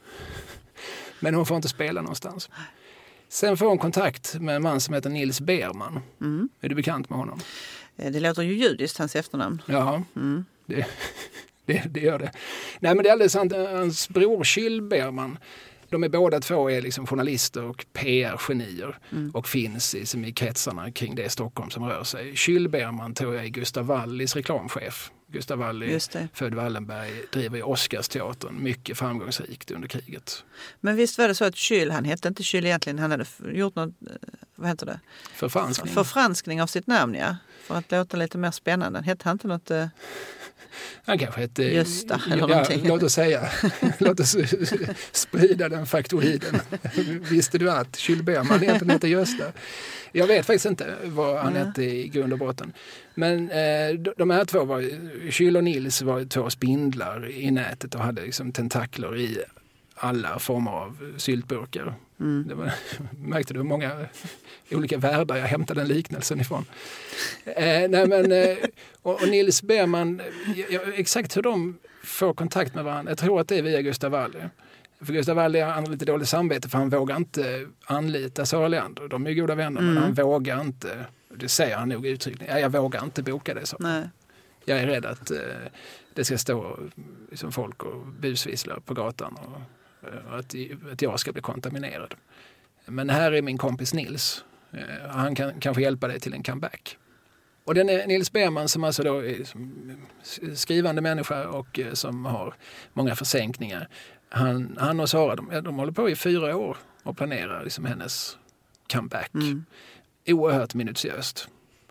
Men hon får inte spela någonstans. Sen får hon kontakt med en man som heter Nils Berman. Mm. Är du bekant med honom? Det låter ju judiskt, hans efternamn. Ja, mm. det, det, det gör det. Nej, men det är alldeles sant. Hans bror Kjell Berman, de är båda två är liksom journalister och P R-genier mm. och finns i, i kretsarna kring det Stockholm som rör sig. Kjell Berman tror jag är Gustav Wallis reklamchef. Gustav Walli, född Wallenberg, driver i Oscarsteatern mycket framgångsrikt under kriget. Men visst var det så att Kjell, han hette inte Kjell egentligen, han hade gjort något, vad heter det? Förfranskning. Förfranskning av sitt namn, ja. För att låta lite mer spännande. Hette han inte något... Eh... Han kanske hette... Gösta eller ja, någonting. Låt oss säga. Låt oss sprida den faktoiden. Visste du att Kjell Berman egentligen heter Gösta? Jag vet faktiskt inte vad han mm. hette i grund och botten. Men eh, de här två var, Kjell och Nils var två spindlar i nätet och hade liksom tentakler i alla former av syltburkar. Mm. Det var, märkte du hur många olika världar jag hämtade den liknelsen ifrån. Eh, nej men, eh, och, och Nils Berman, ja, exakt hur de får kontakt med varandra, jag tror att det är via Gustav Walli. För Gustav Walli har lite dåligt samvete för han vågar inte anlita Sara Leander. De är goda vänner mm. men han vågar inte, det säger han nog uttryckligen, ja, jag vågar inte boka det så. Nej. Jag är rädd att eh, det ska stå liksom, folk och busvisslar på gatan och, och att, att jag ska bli kontaminerad. Men här är min kompis Nils. Eh, han kan kanske hjälpa dig till en comeback. Och den är Nils Berman som alltså då är som skrivande människa och eh, som har många försänkningar. Han, han och Sara, de, de håller på i fyra år och planerar liksom hennes comeback. Mm. Oerhört minutiöst.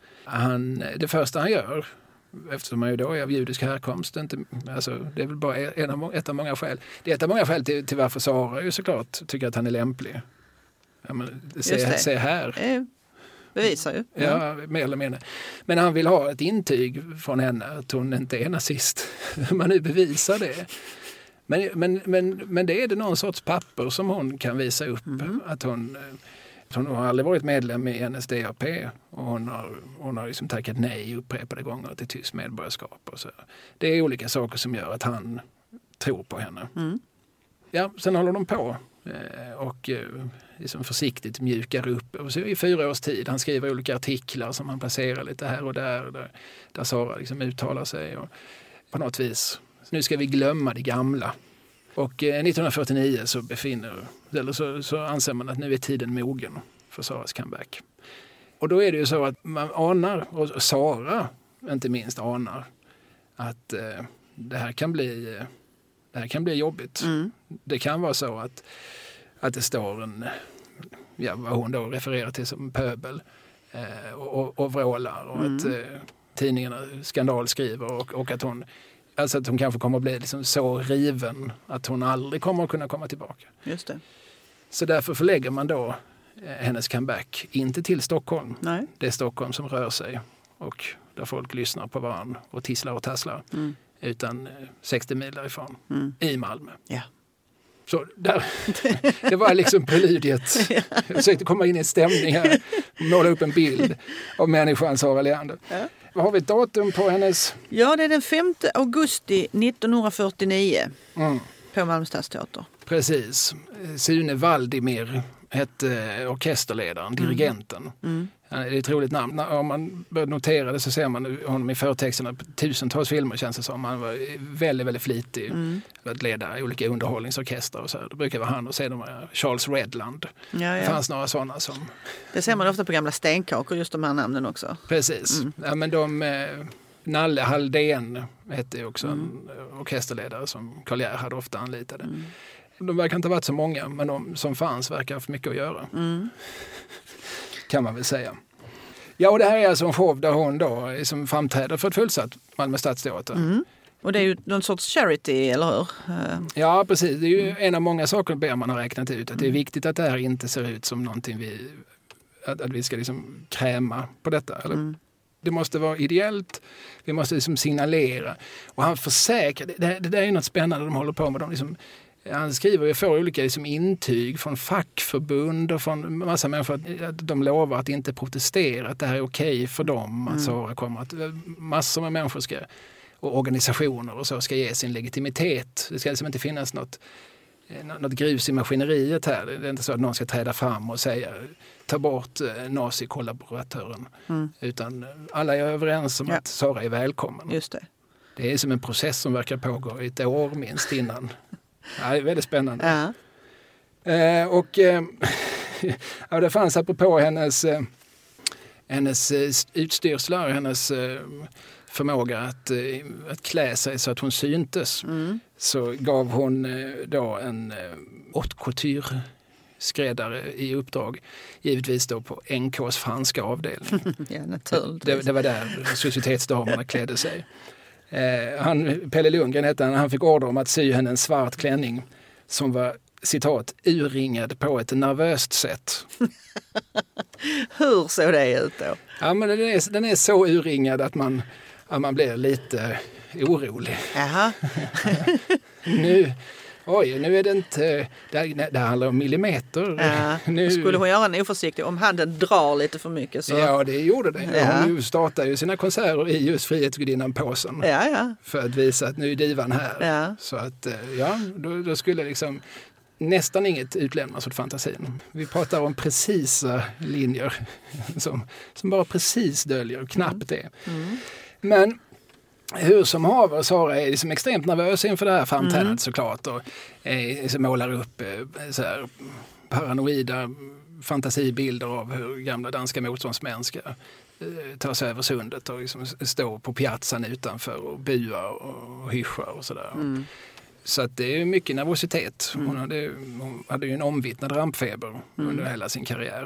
Han, det första han gör, eftersom han ju då är av judisk härkomst, inte, alltså, det är väl bara en av, ett av många skäl. Det är ett av många skäl till, till varför Sara ju såklart tycker att han är lämplig. Ja, men, se, se här. Eh, bevisar ju. Ja, ja, mer eller mindre. Men han vill ha ett intyg från henne att hon inte är nazist. Man nu bevisar det. Men, men, men, men det är det någon sorts papper som hon kan visa upp. Mm. Att hon, hon har aldrig varit medlem i N S D A P. Och hon har, hon har liksom tackat nej upprepade gånger till tysk medborgarskap. Och så. Det är olika saker som gör att han tror på henne. Mm. Ja, sen håller de på. Och liksom försiktigt mjukar upp. Och så i fyra års tid. Han skriver olika artiklar som han placerar lite här och där. Där, där Sara liksom uttalar sig. Och på något vis... Nu ska vi glömma det gamla. Och eh, nittonhundrafyrtionio så befinner, eller så, så anser man att nu är tiden mogen för Saras comeback. Och då är det ju så att man anar, och Sara inte minst anar, att eh, det här kan bli, eh, det här kan bli jobbigt. Mm. Det kan vara så att, att det står en, ja, vad hon då refererar till som pöbel eh, och, och, och vrålar och mm. att eh, tidningarna skandal skriver och, och att hon Alltså att hon kanske kommer att bli liksom så riven att hon aldrig kommer att kunna komma tillbaka. Just det. Så därför förlägger man då eh, hennes comeback inte till Stockholm. Nej. Det är Stockholm som rör sig och där folk lyssnar på varandra och tisslar och tasslar. Mm. Utan sextio mil därifrån, mm. i Malmö. Ja. Så där, det var liksom preludiet. Jag försökte komma in i en stämning här, måla upp en bild av människan Sara Leander. Ja. Vad har vi ett datum på hennes? Ja, det är den femte augusti nittonhundrafyrtionio mm. på Malmö stadsteater. Precis. Sune Valdimir hette orkesterledaren, dirigenten. Mm. Mm. Det är ett roligt namn. Om man börjar notera det så ser man honom i förtexterna på tusentals filmer, känns det som. Han var väldigt, väldigt flitig mm. att leda olika underhållningsorkestrar och så. Det brukar vara han och sedan Charles Redland. Ja, ja. Det fanns några sådana som... Det ser man ofta på gamla stenkakor, just de här namnen också. Precis. Mm. Ja, men de... Eh, Nalle Halldén hette också mm. en orkesterledare som Karl Gerhard hade ofta anlitade. Mm. De verkar inte ha varit så många, men de som fanns verkar ha haft mycket att göra. Mm. Kan man väl säga. Ja, och det här är alltså en show där hon då som framträder för ett fullsatt Malmö stadsteater. Mm. Och det är ju någon sorts charity, eller hur? Ja, precis. Det är ju en av många saker man har räknat ut. Att det är viktigt att det här inte ser ut som någonting vi... Att, att vi ska liksom kräma på detta. Eller? Mm. Det måste vara ideellt. Vi måste liksom signalera. Och han försäkrar... Det, det där är något spännande de håller på med. De liksom, han skriver och får olika liksom intyg från fackförbund och från massa människor att de lovar att inte protestera, att det här är okej för dem. Mm. Att Sara kommer att massor med människor ska, och organisationer och så ska ge sin legitimitet. Det ska liksom inte finnas något, något grus i maskineriet här. Det är inte så att någon ska träda fram och säga ta bort nazikollaboratören. Mm. Utan alla är överens om ja. Att Sara är välkommen. Just det. Det är som en process som verkar pågå i ett år minst innan. Ja, det är väldigt spännande. Ja. Eh, och eh, ja, det fanns apropå hennes, eh, hennes utstyrslar, hennes eh, förmåga att, eh, att klä sig så att hon syntes. Mm. Så gav hon eh, då en eh, haute couture skräddare i uppdrag, givetvis då på N K:s franska avdelning. Ja, naturligtvis. Det, det var där societetsdamerna klädde sig. Eh, han, Pelle Lundgren hette han, han fick order om att sy henne en svart klänning som var, citat, urringad på ett nervöst sätt. Hur såg det ut då? Ja, men den är, den är så urringad att man, att man blir lite orolig. Jaha. nu, oj, nu är det inte... Det, det handlar om millimeter. Ja, nu skulle hon göra en oförsiktig om handen drar lite för mycket. Så... Ja, det gjorde det. Ja. Hon startade ju sina konserter i just Frihetsgudinnan-påsen. Ja, ja. För att visa att nu är divan här. Ja. Så att, ja, då, då skulle liksom nästan inget utlämnas åt fantasin. Vi pratar om precisa linjer som, som bara precis döljer, knappt det. Mm. Men... Hur som haver, Sara är liksom extremt nervös inför det här framträdandet mm. såklart och eh, målar upp eh, så här, paranoida fantasibilder av hur gamla danska motståndsmän ska eh, ta sig över sundet och liksom stå på piazzan utanför och bua och hyscha och sådär. Mm. Så att det är mycket nervositet. Mm. Hon, hade, hon hade ju en omvittnad rampfeber mm. under hela sin karriär.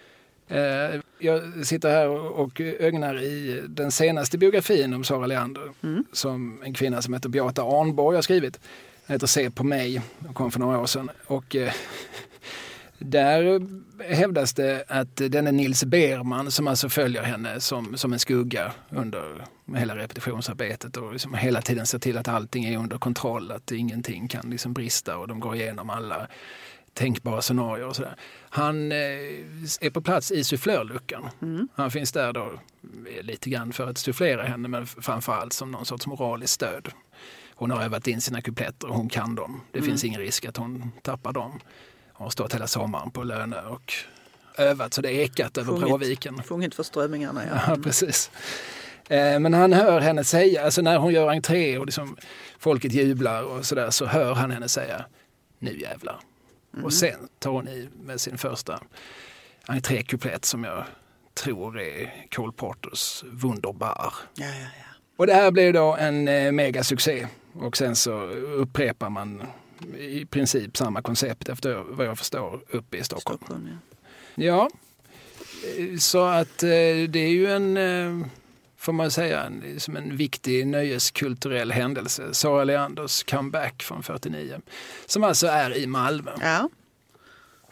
Jag sitter här och ögnar i den senaste biografin om Sara Leander mm. som en kvinna som heter Beata Arnborg har skrivit. Den heter Se på mig och kom för några år sedan. Och eh, där hävdas det att den är Nils Berman som alltså följer henne som, som en skugga under hela repetitionsarbetet och liksom hela tiden ser till att allting är under kontroll, att ingenting kan liksom brista och de går igenom alla tänkbara scenarier och sådär. Han eh, är på plats i sufflörluckan. Mm. Han finns där då lite grann för att sufflera henne men framförallt som någon sorts moraliskt stöd. Hon har övat in sina kupletter och hon kan dem. Det mm. finns ingen risk att hon tappar dem. Hon har stått hela sommaren på Lönö och övat så det är ekat över Bråviken. Sjungit för strömmingarna, ja. Ja, precis. Eh, men han hör henne säga, alltså när hon gör entré och liksom folket jublar och sådär så hör han henne säga nu jävlar. Mm. Och sen tar hon i med sin första entrékuplett som jag tror är Cole Porters Wunderbar. Ja, ja, ja. Och det här blev då en eh, megasuccé. Och sen så upprepar man i princip samma koncept efter vad jag förstår uppe i Stockholm. Stockholm ja. ja, så att eh, det är ju en... Eh, får man säga, en, som en viktig nöjeskulturell händelse. Sara Leanders comeback från fyrtionio. Som alltså är i Malmö. Ja.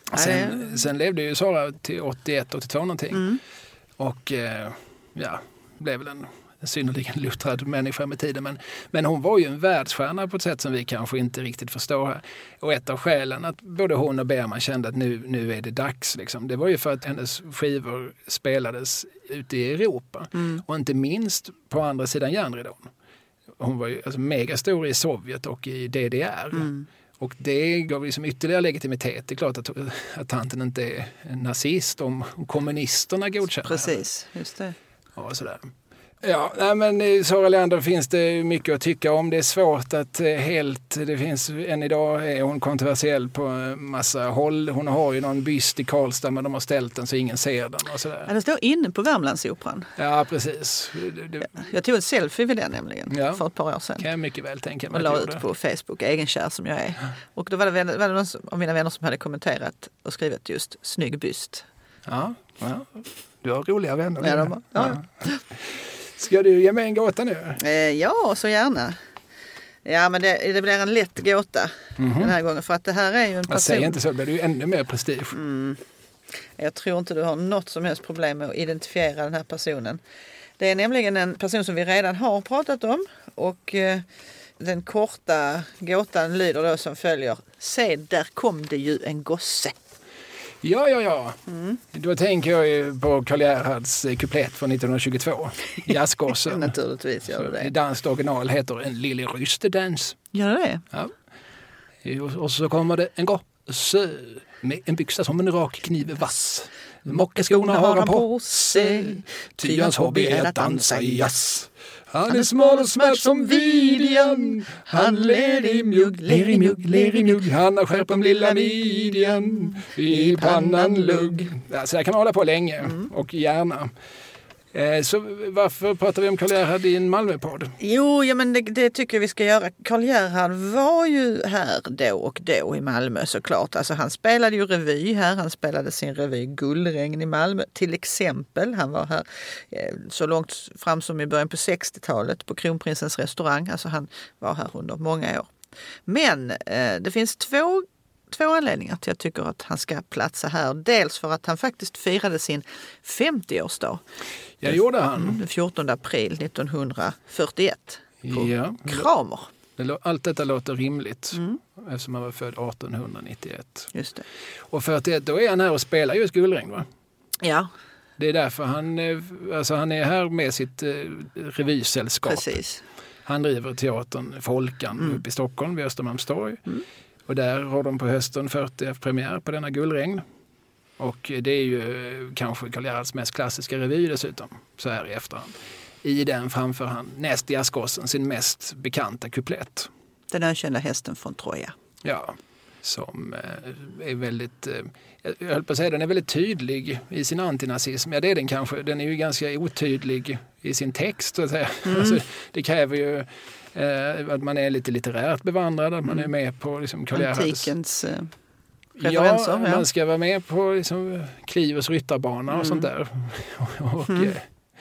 Sen, sen levde ju Sara till åttioett åttiotvå någonting. Mm. Och eh, ja, blev väl en, en synnerligen luttrad människa med tiden. Men, men hon var ju en världsstjärna på ett sätt som vi kanske inte riktigt förstår här. Och ett av skälen att både hon och Bergman kände att nu, nu är det dags. Liksom. Det var ju för att hennes skivor spelades ute i Europa. Mm. Och inte minst på andra sidan järnridån. Hon var ju alltså megastor i Sovjet och i D D R. Mm. Och det gav liksom ytterligare legitimitet. Det är klart att, att tanten inte är en nazist om, om kommunisterna godkänner. Precis, just det. Ja, sådär. Ja, nej, men Sara Leander finns det mycket att tycka om. Det är svårt att helt, det finns än idag är hon kontroversiell på massa håll. Hon har ju någon byst i Karlstad men de har ställt den så ingen ser den och sådär. Ja, den står inne på Värmlandsoperan. Ja, precis. Det, det... Jag tog en selfie vid den nämligen ja. för ett par år sedan. Kan jag mycket väl tänka mig. Och la ut på Facebook, egenkär som jag är. Och då var det, var det någon av mina vänner som hade kommenterat och skrivit just snygg byst. Ja, ja. Du har roliga vänner. Ja, de, ja. Ja. Ska du ge mig en gåta nu? Eh, ja, så gärna. Ja, men det, det blir en lätt gåta mm-hmm. den här gången. För att det här är ju en person... Jag säger inte så, det blir ju ännu mer prestige. Mm. Jag tror inte du har något som helst problem med att identifiera den här personen. Det är nämligen en person som vi redan har pratat om. Och eh, den korta gåtan lyder då som följer. Se, där kom det ju en gosse. Ja, ja, ja. Mm. Då tänker jag ju på Karl Gerhards kuplett från nittonhundratjugotvå. Jazzgossen. Naturligtvis gör det. I danskt original heter en lille rystedans. Gör det? Ja. Och så kommer det en gosse med en byxa som en rak kniv vass. Mockaskorna har han på sig, ty hans hobby är att dansa i jazz. Han är smal och smärt som vidjan. Han ler i mjugg, ler i mjugg, ler i mjugg. Han har skärp om lilla midjan. I pannan lugg. Ja, så här kan man hålla på länge mm. och gärna. Eh, så varför pratar vi om Karl Gerhard i en Malmöpodd? Jo, ja, men det, det tycker jag vi ska göra. Karl Gerhard var ju här då och då i Malmö såklart. Alltså han spelade ju revy här. Han spelade sin revy Guldregn i Malmö till exempel. Han var här eh, så långt fram som i början på sextiotalet på Kronprinsens restaurang. Alltså han var här under många år. Men eh, det finns två Två anledningar till att jag tycker att han ska platsa här. Dels för att han faktiskt firade sin femtioårsdag. Ja, gjorde han. Den fjortonde april nittonhundrafyrtioett på ja. Kramer. Allt detta låter rimligt mm. eftersom han var född artonhundranittioett. Just det. Och fyrtioett, då är han här och spelar just Guldregn, va? Ja. Det är därför han, alltså han är här med sitt eh, revysällskap. Precis. Han driver teatern Folkan mm. uppe i Stockholm vid Östermalmstorg. Mm. Och där har de på hösten fyrtio premiär på denna Guldregn. Och det är ju kanske Karl Gerhards mest klassiska revy dessutom, så här i efterhand. I den framför han näst jazzgossen sin mest bekanta kuplett. Den ökända hästen från Troja. Ja, som är väldigt, jag höll på att säga, den är väldigt tydlig i sin antinazism. Ja, det är den kanske. Den är ju ganska otydlig i sin text, så att säga. Mm. Alltså, det kräver ju eh, att man är lite litterärt bevandrad, att man är med på liksom, Karl Gerhards... Antikens eh, referenser. Ja, man ska vara med på liksom, Klivers ryttarbana och mm. sånt där. och, mm. eh,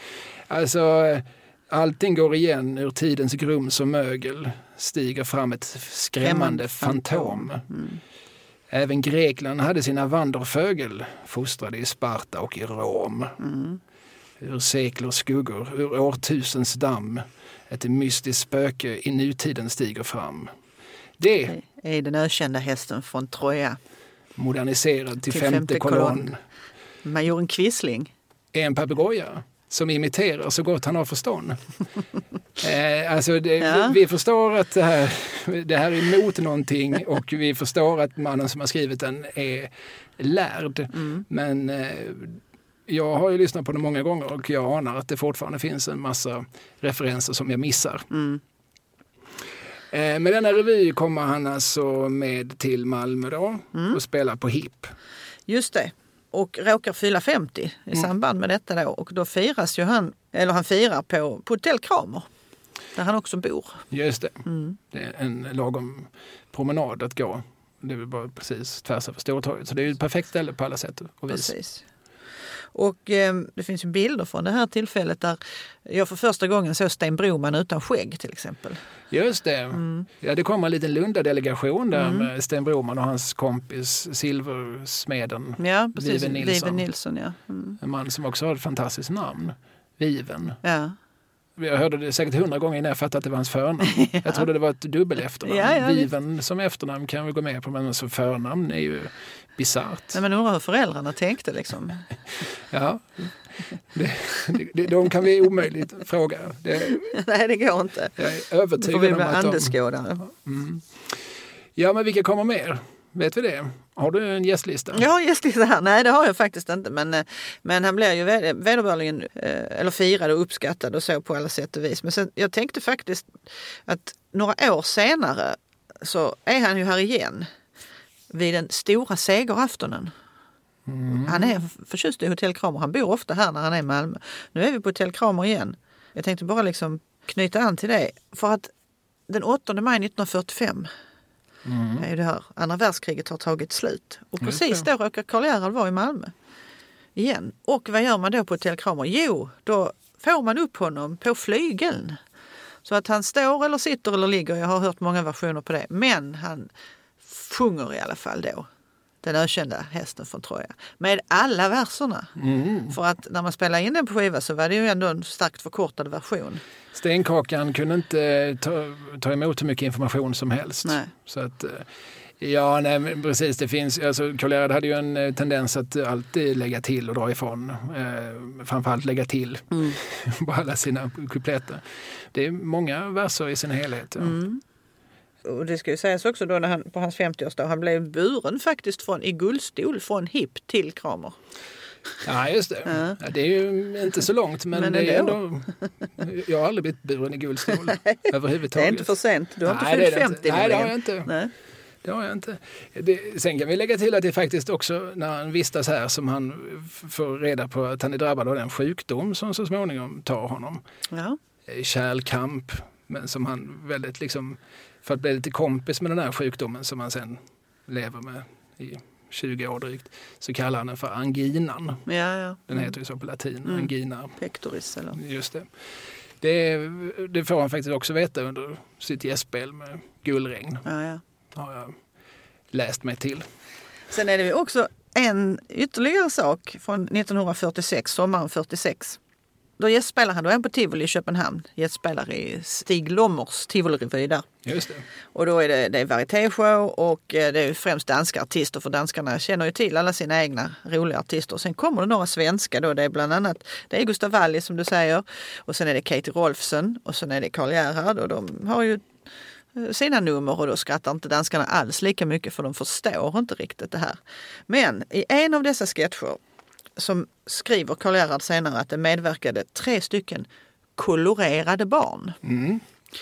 alltså, allting går igen ur tidens grums och mögel. Stiger fram ett skrämmande fantom. Mm. Även Grekland hade sina vanderfögel, fostrade i Sparta och i Rom. Mm. Ur seklers skuggor, ur årtusens damm, ett mystiskt spöke i nutiden stiger fram. Det är den ökända hästen från Troja. Moderniserad till, till femte, femte kolonn. kolonn. Majoren Quisling. Är en papegoja som imiterar så gott han har förstånd. eh, alltså det, ja. vi, vi förstår att det här, det här är emot någonting och vi förstår att mannen som har skrivit den är lärd. Mm. Men eh, jag har ju lyssnat på det många gånger och jag anar att det fortfarande finns en massa referenser som jag missar. Mm. Eh, med denna revy kommer han alltså med till Malmö då mm. och spelar på H I P. Just det. Och råkar fylla femtio i mm. samband med detta då. Och då firas ju han, eller han firar på, på Hotell Kramer. Där han också bor. Just det. Mm. Det är en lagom promenad att gå. Det är bara precis tvärs över Stortorget. Så det är ju ett perfekt ställe på alla sätt och vis. Precis. Och eh, det finns ju bilder från det här tillfället där jag för första gången såg Sten Broman utan skägg till exempel. Just det. Mm. Ja, det kommer en liten Lunda-delegation där mm. med Sten Broman och hans kompis silversmeden ja, precis. Vive Nilsson. Vive Nilsson ja. Mm. En man som också har ett fantastiskt namn. Viven. Ja. Jag hörde det säkert hundra gånger innan jag fattade att det var hans förnamn. Ja. Jag trodde det var ett dubbel efternamn. Ja, ja, Viven som efternamn kan vi gå med på, men som förnamn är ju bisarrt. Nej, men undrar hur föräldrarna tänkte liksom. Ja, det, det, de kan vi omöjligt fråga. Det, Nej, det går inte. Jag är övertygad får vi om att andeskådare. de... Mm. Ja, men vilka kommer mer? Vet vi det? Har du en gästlista? Ja, gästlista här. Nej, det har jag faktiskt inte. Men, men han blir ju vederbörligen eller firad och uppskattad och så på alla sätt och vis. Men sen, jag tänkte faktiskt att några år senare så är han ju här igen vid den stora segeraftonen. Mm. Han är förtjust i Hotell Kramer. Han bor ofta här när han är i Malmö. Nu är vi på Hotell Kramer igen. Jag tänkte bara liksom knyta an till det. För att den åttonde maj nittonhundrafyrtiofem mm. är ju det här. Andra världskriget har tagit slut. Och precis då råkar Karl Gerhard vara i Malmö igen. Och vad gör man då på Hotell Kramer? Jo, då får man upp honom på flygeln. Så att han står eller sitter eller ligger. Jag har hört många versioner på det. Men han sjunger i alla fall då. Den ökända hästen från Troja. Med alla verserna. Mm. För att när man spelar in den på skiva så var det ju ändå en starkt förkortad version. Stenkakan kunde inte ta, ta emot hur mycket information som helst. Nej. Så att, ja, nej, precis. Det finns, alltså, Karl Gerhard hade ju en tendens att alltid lägga till och dra ifrån. Eh, framförallt lägga till mm. på alla sina kupletter. Det är många verser i sin helhet. Ja. Mm. Och det ska ju sägas också då när han, på hans femtioårsdag, han blev buren faktiskt från, i guldstol från Hipp till Kramer. Ja, just det. Ja. Ja, det är ju inte så långt, men, men det är ändå... Jag har aldrig blivit buren i guldstol överhuvudtaget. Det är inte för sent. Du har inte fyllt femtio. Nej, det har jag inte. Nej. Det har jag inte. Det, sen kan vi lägga till att det är faktiskt också när han vistas här som han får reda på att han är drabbad av den sjukdom som så småningom tar honom. Ja. Kärlkamp, men som han väldigt liksom... För att bli lite kompis med den här sjukdomen som han sen lever med i tjugo år drygt, så kallar han den för anginan. Ja, ja. Den heter ju så på latin, mm. angina. Pectoris eller? Just det. Det, det får han faktiskt också veta under sitt gästspel med Gullregn. Ja, ja. Har jag läst mig till. Sen är det ju också en ytterligare sak från nittonhundrafyrtiosex, sommaren fyrtiosex. Då gästspelar han, då är han på Tivoli i Köpenhamn. Gästspelar i Stig Lommers Tivoli-revy där. Just det. Och då är det, det är varieté-show och det är främst danska artister. För danskarna känner ju till alla sina egna roliga artister. Sen kommer det några svenska då. Det är bland annat, det är Gustav Walli som du säger. Och sen är det Katie Rolfsen och sen är det Karl Gerhard. Och de har ju sina nummer och då skrattar inte danskarna alls lika mycket för de förstår inte riktigt det här. Men i en av dessa sketcher som skriver Karl Gerhard senare att det medverkade tre stycken kolorerade barn. Mm.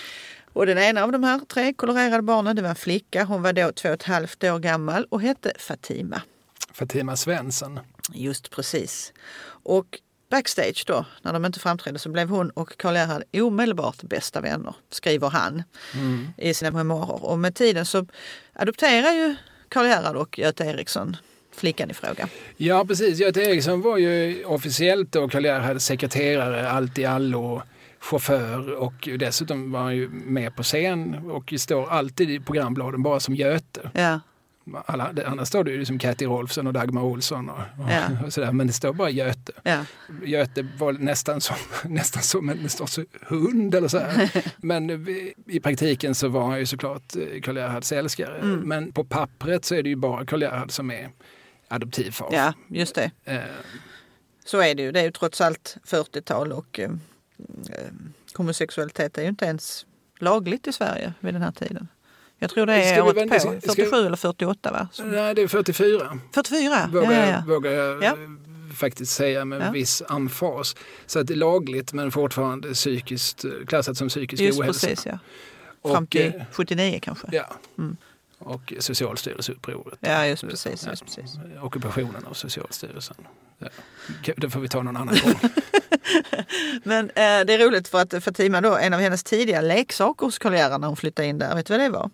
Och den ena av de här tre kolorerade barnen, det var en flicka. Hon var då två och ett halvt år gammal och hette Fatima. Fatima Svensson. Just precis. Och backstage då, när de inte framträdde, så blev hon och Karl Gerhard omedelbart bästa vänner, skriver han mm. i sina memoarer. Och med tiden så adopterar ju Karl Gerhard och Göte Eriksson flickan i fråga. Ja, precis. Göte Eriksson var ju officiellt då Karl Gerhard sekreterare, allt i allo, chaufför och dessutom var han ju med på scen och står alltid i programbladen bara som Göte. Ja. Alla, annars står det ju som Katie Rolfsen och Dagmar Olsson och, ja. och sådär, men det står bara Göte. Ja. Göte var nästan som, nästan som en sorts hund eller så här. Men i praktiken så var han ju såklart Karl Gerhards älskare. Mm. Men på pappret så är det ju bara Karl Gerhard som är adoptivfar. Ja, just det. Eh. Så är det ju. Det är ju trots allt fyrtiotal och eh, homosexualitet är ju inte ens lagligt i Sverige vid den här tiden. Jag tror det är året på, fyrtiosju ska, eller fyrtioåtta va? Som... Nej, det är fyrtiofyra. fyrtiofyra? Vågar, ja, ja, ja. vågar jag ja. faktiskt säga med ja. viss emfas. Så att det är lagligt men fortfarande psykiskt, klassat som psykisk Just ohälsa. Precis, ja. Fram till och, sjuttionio kanske. Ja. Mm. Och Socialstyrelseupproret. Ja, just precis. Ja. Just precis. Ockupationen av Socialstyrelsen. Ja. Det får vi ta någon annan gång. Men eh, det är roligt för att Fatima då, en av hennes tidiga leksaker hos Karl Gerhard när hon flyttade in där, vet du vad det var?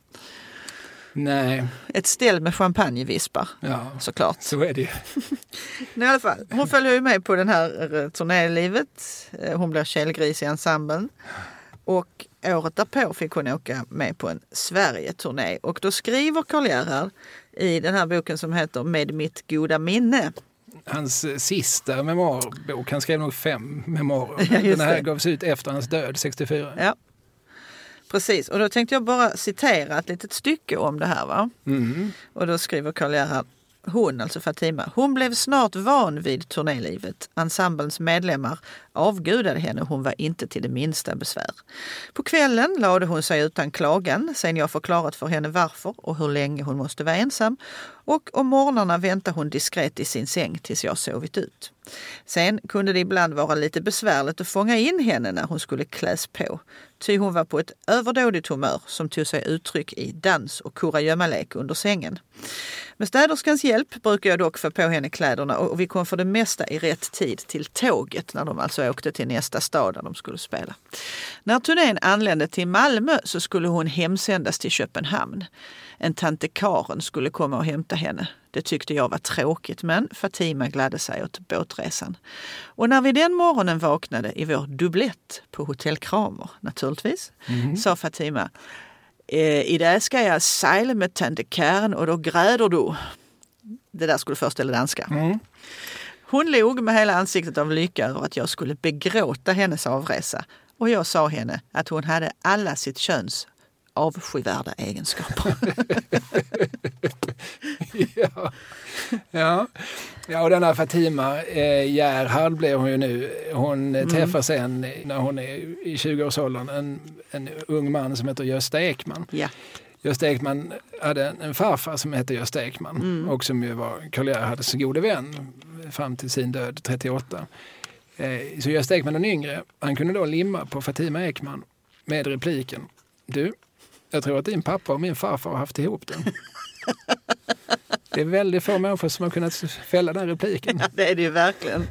Nej. Ett ställ med champagnevispar, ja, såklart. Så är det ju. I alla fall, hon följer ju med på den här turnélivet. Hon blir källgris i ensemblen. Och året därpå fick hon åka med på en Sverige-turné. Och då skriver Karl Gerhard i den här boken som heter Med mitt goda minne hans sista memoarbok. Han skrev nog fem memoarer. Ja, den här det. gavs ut efter hans död, sextiofyra. Ja, precis. Och då tänkte jag bara citera ett litet stycke om det här. Va? Mm. Och då skriver Karl Gerhard, hon, alltså Fatima, hon blev snart van vid turnélivet. Ensemblens medlemmar avgudade henne, hon var inte till det minsta besvär. På kvällen lade hon sig utan klagan, sen jag förklarat för henne varför och hur länge hon måste vara ensam. Och om morgnarna väntade hon diskret i sin säng tills jag sovit ut. Sen kunde det ibland vara lite besvärligt att fånga in henne när hon skulle kläs på. Ty hon var på ett överdådigt humör som tog sig uttryck i dans och kurragömmalek under sängen. Med städerskans hjälp brukar jag dock få på henne kläderna och vi kom för det mesta i rätt tid till tåget när de alltså åkte till nästa stad där de skulle spela. När turnén anlände till Malmö så skulle hon hemsändas till Köpenhamn. En tante Karen skulle komma och hämta henne. Det tyckte jag var tråkigt, men Fatima gladde sig åt båtresan. Och när vi den morgonen vaknade i vår dubblett på Hotell Kramer, naturligtvis, mm. sa Fatima, idag ska jag segla med tante Karen och då gräder du. Det där skulle föreställa danska. Mm. Hon log med hela ansiktet av lycka över att jag skulle begråta hennes avresa. Och jag sa henne att hon hade alla sitt köns avskyvärda egenskaper. ja. Ja. Ja, och den här Fatima eh, Gerhard blev hon ju nu. Hon mm. träffar sen när hon är i tjugoårsåldern en, en ung man som heter Gösta Ekman. Ja. Gösta Ekman hade en, en farfar som hette Gösta Ekman mm. och som ju var Karl Gerhards gode vän fram till sin död trettioåtta. Eh, så Gösta Ekman den yngre, han kunde då limma på Fatima Ekman med repliken: du, jag tror att din pappa och min farfar har haft ihop den. Det är väldigt få människor som har kunnat fälla den repliken. Ja, det är det ju verkligen.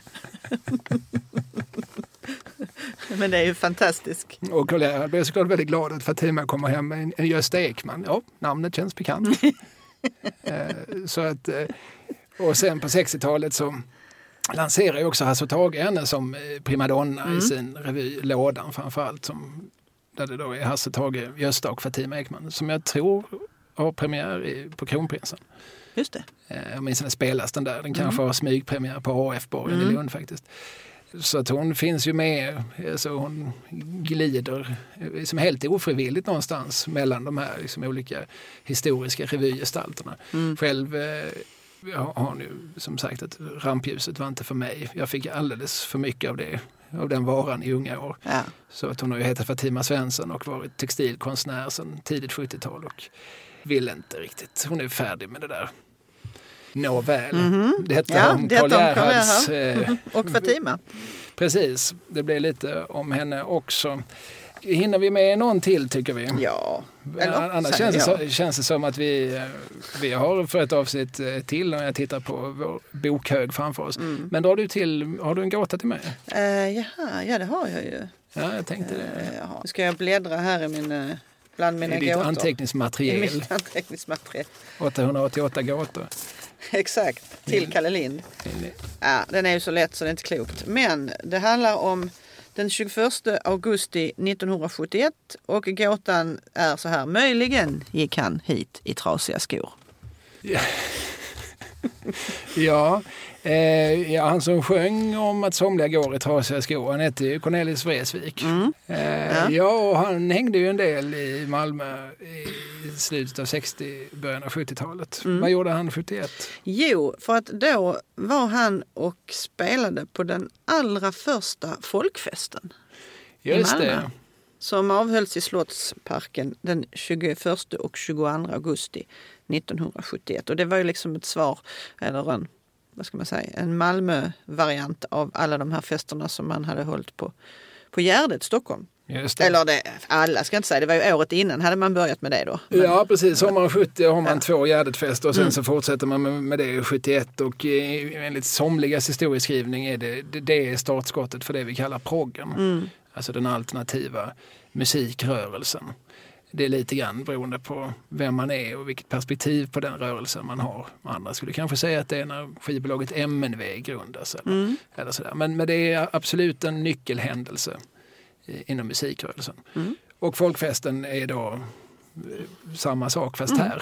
Men det är ju fantastiskt. Och jag blev såklart väldigt glad att Fatima kommer hem med en Gösta Ekman. Ja, namnet känns bekant. så att, och sen på sextiotalet så lanserar ju också Hasse och Tage henne som primadonna mm. i sin revy Lådan framförallt, som där det då är Hasse, Tage, Gösta och Fatima Ekman som jag tror har premiär i, på Kronprinsen. Just det. Jag minns när spelas den där. Den mm. kanske har smygpremiär på A F-borgen mm. i Lund faktiskt. Så att hon finns ju med, så hon glider liksom helt ofrivilligt någonstans mellan de här liksom olika historiska revygestalterna. Mm. Själv eh, har hon ju som sagt att rampljuset var inte för mig. Jag fick alldeles för mycket av det, av den varan i unga år. Ja. Så att hon har ju hetat Fatima Svensson och varit textilkonstnär sedan tidigt sjuttiotal och vill inte riktigt. Hon är färdig med det där. Nåväl. Mm-hmm. Detta ja, om Karl Gerhards eh, och Fatima. Precis. Det blir lite om henne också. Hinner vi med någon till tycker vi? Ja. Eller, Annars känns det, så, känns det som att vi, vi har för ett avsnitt till när jag tittar på vår bokhög framför oss. Mm. Men drar du till, har du en gåta till mig? Uh, jaha, ja det har jag ju. Ja, jag tänkte det. Uh, jaha. Ska jag bläddra här i min, bland mina I ditt gåtor? anteckningsmaterial. I mitt anteckningsmaterial. åttahundraåttioåtta gåtor. Exakt, till mm. Kalle Lind. Mm. Ja, den är ju så lätt så det är inte klokt. Men det handlar om den tjugoförsta augusti nittonhundrasjuttioett och gåtan är så här: möjligen gick han hit i trasiga skor. Ja, ja, eh, ja han som sjöng om att somliga går i trasiga skor, han hette ju Cornelis Vreeswijk. Mm. Eh, ja. ja, och han hängde ju en del i Malmö i slutet av sextio, början av sjuttiotalet. Mm. Vad gjorde han sjuttioett? Jo, för att då var han och spelade på den allra första folkfesten. Just i Malmö. Det. Som avhölls i Slottsparken den tjugoförsta och tjugoandra augusti nittonhundrasjuttioett. Och det var ju liksom ett svar, eller en, vad ska man säga, en Malmö-variant av alla de här festerna som man hade hållit på, på Gärdet, Stockholm. Just det. Eller det, alla ska inte säga, det var ju året innan hade man börjat med det då. Men, ja, precis. Sommaren sjuttio har man ja. två Gärdetfester och sen mm. så fortsätter man med, med det sjuttioett och eh, enligt somligas historieskrivning är det, det, det är startskottet för det vi kallar proggen. Mm. Alltså den alternativa musikrörelsen. Det är lite grann beroende på vem man är och vilket perspektiv på den rörelsen man har. Andra skulle kanske säga att det är när skivbolaget M N V grundas. Eller, mm. eller sådär. Men, men det är absolut en nyckelhändelse inom musikrörelsen. Mm. Och folkfesten är då samma sak fast mm. här.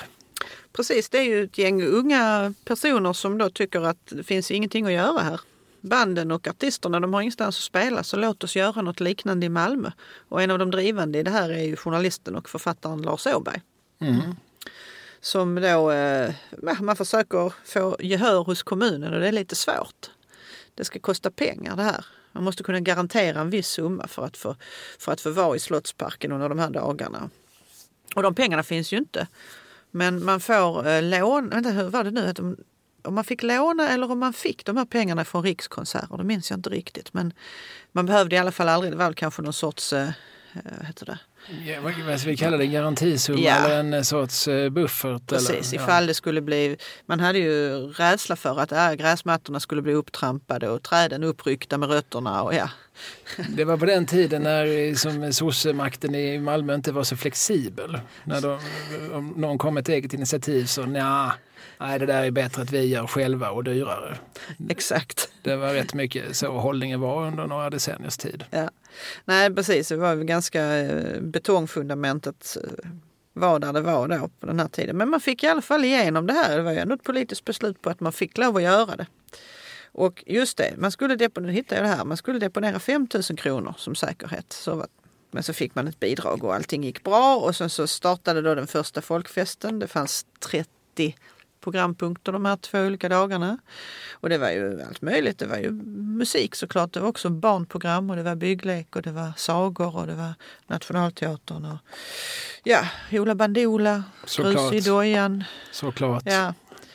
Precis, det är ju ett gäng unga personer som då tycker att det finns ingenting att göra här. Banden och artisterna, de har ingenstans att spela, så låt oss göra något liknande i Malmö. Och en av de drivande i det här är ju journalisten och författaren Lars Åberg. Mm. Som då, eh, man försöker få gehör hos kommunen och det är lite svårt. Det ska kosta pengar det här. Man måste kunna garantera en viss summa för att få, för att få vara i Slottsparken under de här dagarna. Och de pengarna finns ju inte. Men man får eh, lån, vänta, hur var det nu? Att de, om man fick låna eller om man fick de här pengarna från Rikskonserter, det minns jag inte riktigt. Men man behövde i alla fall aldrig, det var väl kanske någon sorts, eh, vad heter det? Ja, vad ska vi kalla det? Garantisumma ja. eller en sorts buffert? Precis, eller? ifall ja. det skulle bli... Man hade ju rädsla för att äh, gräsmattorna skulle bli upptrampade och träden uppryckta med rötterna. Och, ja. Det var på den tiden när som sossemakten i Malmö inte var så flexibel. När de, om någon kom med ett eget initiativ så nja, nej, det där är bättre att vi gör själva och dyrare. Exakt. Det var rätt mycket så hållningen var under några decenniers tid. Ja. Nej, precis. Det var ganska betongfundamentet var där det var då på den här tiden. Men man fick i alla fall igenom det här. Det var ju ändå ett politiskt beslut på att man fick lov att göra det. Och just det, man skulle deponera, hittade jag det här, man skulle deponera fem tusen kronor som säkerhet. Så, men så fick man ett bidrag och allting gick bra. Och sen så startade då den första folkfesten. Det fanns trettio programpunkter de här två olika dagarna. Och det var ju allt möjligt. Det var ju musik såklart. Det var också barnprogram och det var bygglek och det var sagor och det var Nationalteatern och ja, Ola Bandola, Grus i dojan. Såklart. Ja.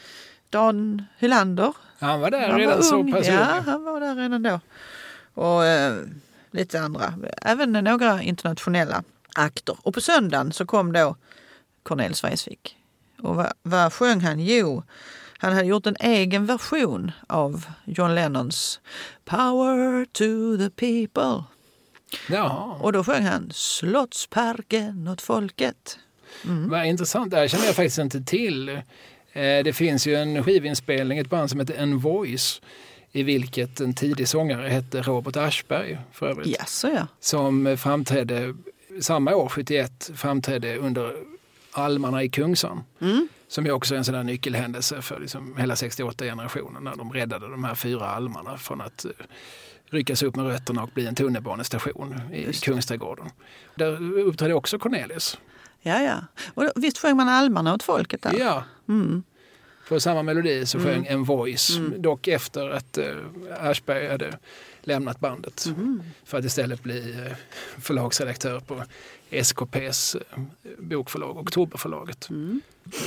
Dan Hylander. Han var där han redan var så ung. pass Ja, ung. han var där redan då. Och eh, lite andra. Även några internationella akter. Och på söndagen så kom då Cornelis Vreeswijk. Och vad, vad sjöng han? Jo, han hade gjort en egen version av John Lennons Power to the people. Jaha. Och då sjöng han Slottsparken åt folket. Mm. Vad intressant, det här känner jag faktiskt inte till. Det finns ju en skivinspelning, ett band som heter En Voice, i vilket en tidig sångare hette Robert Aschberg för övrigt. Yes, ja. Som framträdde samma år, sjuttioett, framträdde under Almarna i Kungsan. Mm. Som är också en sån där nyckelhändelse för liksom hela sextioåtta-generationen när de räddade de här fyra almarna från att ryckas upp med rötterna och bli en tunnelbanestation i Kungsträdgården. Där uppträdde också Cornelis. Ja, ja. Och visst sjöng man almarna åt folket där? Ja. Mm. På samma melodi så sjöng mm. En Voice, mm. dock efter att uh, Aschberg hade lämnat bandet mm. för att istället bli uh, förlagsredaktör på S K P:s uh, bokförlag, Oktoberförlaget. Mm.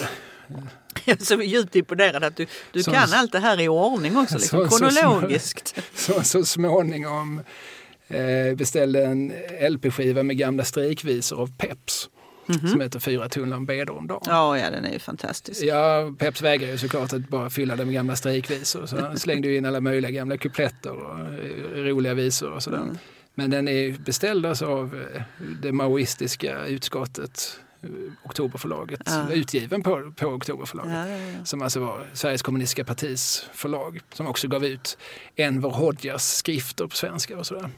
Jag är så djupt imponerad att du, du så, kan allt det här i ordning också, liksom, så, kronologiskt. Så, så, så småningom eh, beställde en L P-skiva med gamla strejkvisor av Peps. Mm-hmm. Som heter Fyra tunnlar bäder om dagen. Ja, ja, den är ju fantastisk. Ja, Peps vägrar ju såklart att bara fylla det med gamla strejkvisor. Så han slängde ju in alla möjliga gamla kupletter och roliga visor och sådär. Mm. Men den är beställd alltså av det maoistiska utskottet, Oktoberförlaget, ja. Utgiven på, på Oktoberförlaget. Ja, ja, ja. Som alltså var Sveriges kommunistiska partis förlag. Som också gav ut Enver Hodjas skrifter på svenska och sådär.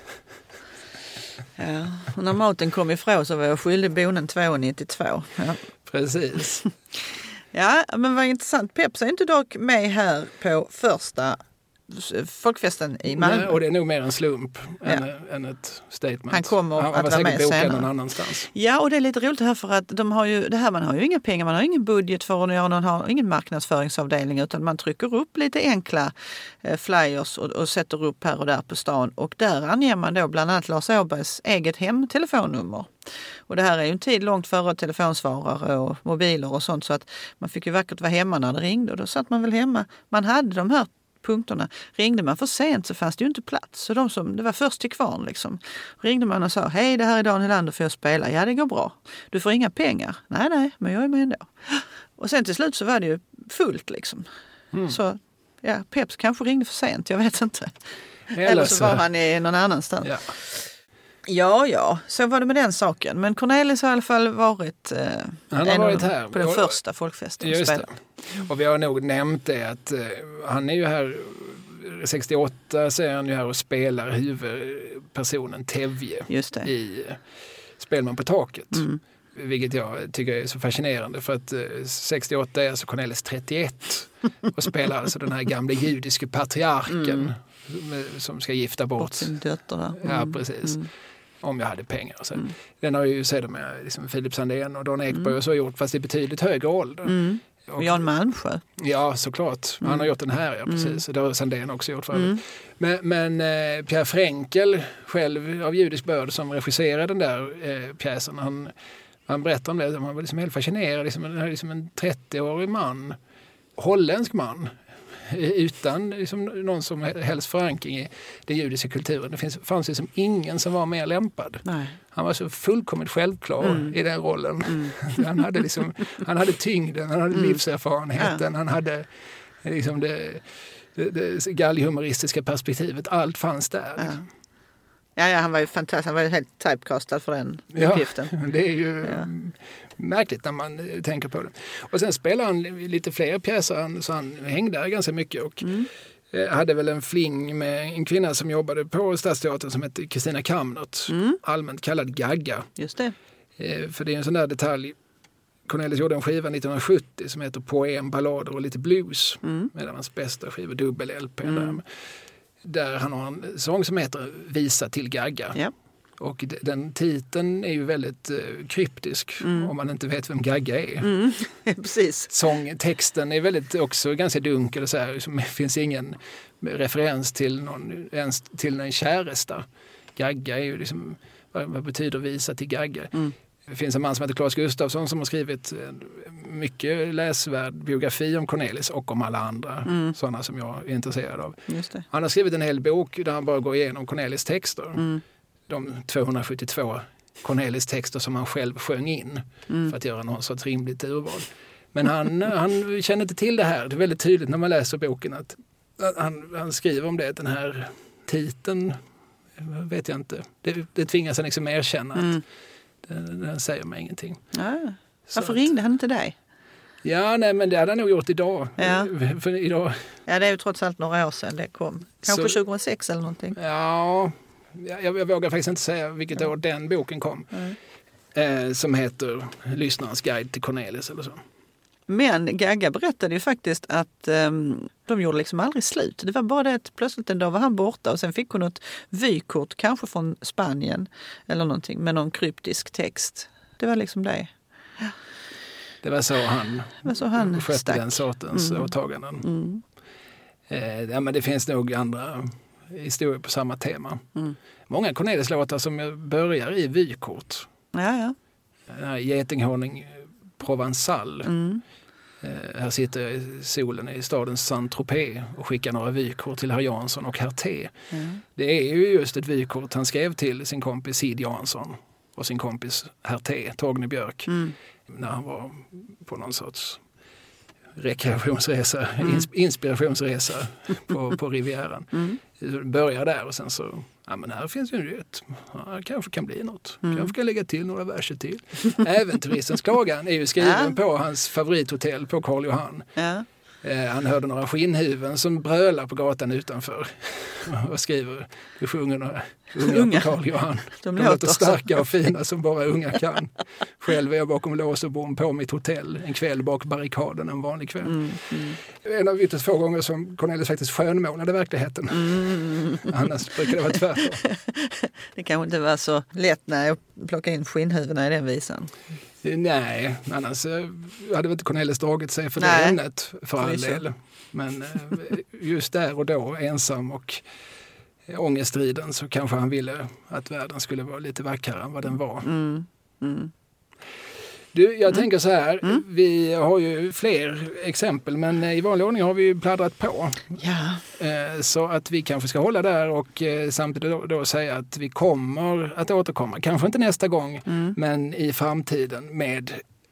Ja, och när maten kom ifrån så var jag skyldig bonen två nittiotvå. Ja. Precis. Ja, men vad intressant. Peps är inte dock med här på första folkfesten i Malmö. Nej, och det är nog mer en slump ja. än, än ett statement. Han kommer han, att vara med senare. Någon annanstans. Ja, och det är lite roligt här för att de har ju, det här, man har ju inga pengar, man har ingen budget för att göra någon, har ingen marknadsföringsavdelning utan man trycker upp lite enkla eh, flyers och, och sätter upp här och där på stan och där anger man då bland annat Lars Åbergs eget hemtelefonnummer. Och det här är ju en tid långt före telefonsvarare och mobiler och sånt så att man fick ju vackert vara hemma när det ringde och då satt man väl hemma. Man hade de här punkterna. Ringde man för sent så fanns det ju inte plats. Så de som, det var först till kvarn liksom. Ringde man och sa, hej det här är Dan Hylander, får jag spela? Ja det går bra. Du får inga pengar. Nej nej, men jag är med ändå. Och sen till slut så var det ju fullt liksom. Mm. Så ja, Peps kanske ringde för sent, jag vet inte. Eller, Eller så var han i någon annanstans. Ja. Ja, ja, så var det med den saken. Men Cornelis har i alla fall varit, eh, han har varit här på den och, första folkfesten. Just det. Och vi har nog nämnt det att eh, han är ju här, sextioåtta så är han ju här och spelar huvudpersonen Tevje i Spelman på taket. Mm. Vilket jag tycker är så fascinerande för att sextioåtta är alltså Cornelis trettioett och spelar alltså den här gamla judiska patriarken mm. som ska gifta bort, bort sin dotter. Mm. Ja, precis. Mm. Om jag hade pengar. Så. Mm. Den har ju sett med liksom Philip Sandén och Dan Ekborg mm. och så gjort, fast i betydligt högre ålder. Mm. Och Jan Malmsjö. Ja, såklart. Mm. Han har gjort den här, ja, precis. Mm. Det har Sandén också gjort. Mm. Men, men eh, Pierre Frenkel, själv av judisk börd, som regisserade den där eh, pjäsen, han, han berättar om det. Han var liksom helt fascinerad. Liksom, det här är liksom en trettioårig man, holländsk man, utan liksom någon som helst förankring i den judiska kulturen. Det finns, fanns liksom ingen som var mer lämpad. Nej. Han var så fullkomligt självklar mm. i den rollen. Mm. Han hade liksom, han hade tyngden, han hade mm. livserfarenheten, ja. Han hade liksom det, det, det galghumoristiska perspektivet. Allt fanns där. Ja. Ja, ja, han var ju fantastisk. Han var ju helt typecastad för den uppgiften. Ja, det är ju ja. märkligt när man tänker på det. Och sen spelade han lite fler pjäser, så han hängde där ganska mycket och mm. hade väl en fling med en kvinna som jobbade på Stadsteatern som hette Kristina Kamnert, mm. allmänt kallad Gagga. Just det. För det är en sån där detalj. Cornelis gjorde en skiva nittonhundrasjuttio som heter Poem, ballader och lite blues. Mm. Med hans bästa skiva, dubbel-L P. Mm. Där. Där han har en sång som heter Visa till Gagga. Ja. Och den titeln är ju väldigt uh, kryptisk mm. om man inte vet vem Gagga är. Mm. Precis. Sångtexten är väldigt också ganska dunkel och så här. Det finns ingen referens till någon, ens till en käresta. Gagga är ju liksom, vad, vad betyder visa till Gagga? Mm. Det finns en man som heter Claes Gustafsson som har skrivit mycket läsvärd biografi om Cornelis och om alla andra mm. sådana som jag är intresserad av. Just det. Han har skrivit en hel bok där han bara går igenom Cornelis texter. Mm. De tvåhundrasjuttiotvå Cornelis texter som han själv sjöng in mm. för att göra någon sorts rimligt urval. Men han, han känner inte till det här. Det är väldigt tydligt när man läser boken att han, han skriver om det, den här titeln vet jag inte. Det, det tvingas han liksom erkänna att mm. Den, den säger mig ingenting. Ja. Varför att, ringde han inte dig? Ja, nej, men det hade han nog gjort idag. Ja. För idag. Ja, det är ju trots allt några år sedan det kom. Kanske så, tjugohundrasex eller någonting. Ja, jag, jag vågar faktiskt inte säga vilket år den boken kom. Mm. Eh, som heter Lyssnarens guide till Cornelis eller så. Men Gagga berättade ju faktiskt att um, de gjorde liksom aldrig slut. Det var bara det att plötsligt en dag var han borta och sen fick hon ett vykort, kanske från Spanien eller någonting, med någon kryptisk text. Det var liksom det. Ja. Det var så han, det var så han skötte stack. Den sortens mm. åtaganden. Mm. Eh, ja, men det finns nog andra historier på samma tema. Mm. Många Cornelis-låtar som börjar i vykort. Ja, ja. Den här Getinghonung Provençal. Mm. Eh, här sitter solen i staden Saint-Tropez och skickar några vykort till herr Jansson och herr T. Mm. Det är ju just ett vykort han skrev till sin kompis Sid Jansson och sin kompis herr T, Torgny Björk, mm. när han var på någon sorts rekreationsresa, mm. ins- inspirationsresa på, på Rivieran. Mm. Börjar där och sen så, ja men här finns ju ett, ja, kanske kan bli något. Mm. Kanske kan lägga till några verser till. Äventuristens klagan är ju skriven ja. på hans favorithotell på Karl Johan. Ja. Eh, han hörde några skinnhuven som brölar på gatan utanför och skriver, du sjunger några unga, unga. på Karl Johan. De, De låter starka och fina som bara unga kan. Själv är jag bakom lås och bom på mitt hotell. En kväll bak barrikaden en vanlig kväll. Mm, mm. En av ytterst få gånger som Cornelis faktiskt skönmålade verkligheten. Mm. Annars brukar det vara tvärtom. Det kanske inte var så lätt när jag plockade in skinnhuvudena i den visan. Nej, annars hade väl inte Cornelis dragit sig för Nej. det ämnet för all del. Men just där och då, ensam och ångestriden, så kanske han ville att världen skulle vara lite vackrare än vad den var. Mm. Mm. Du, jag mm. tänker så här, mm. vi har ju fler exempel, men i vanlig ordning har vi pladdrat på. Ja. Så att vi kanske ska hålla där och samtidigt då, då säga att vi kommer att återkomma. Kanske inte nästa gång, mm. men i framtiden med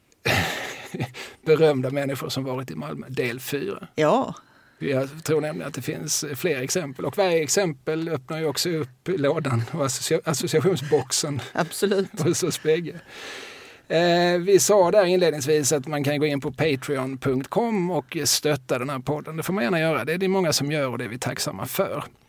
berömda människor som varit i Malmö, del fyra. Ja. Jag tror nämligen att det finns fler exempel. Och varje exempel öppnar ju också upp lådan och associa- associationsboxen. Absolut. Och så spegel. Eh, vi sa där inledningsvis att man kan gå in på patreon punkt com och stötta den här podden. Det får man gärna göra. Det är det många som gör och det är vi tacksamma för.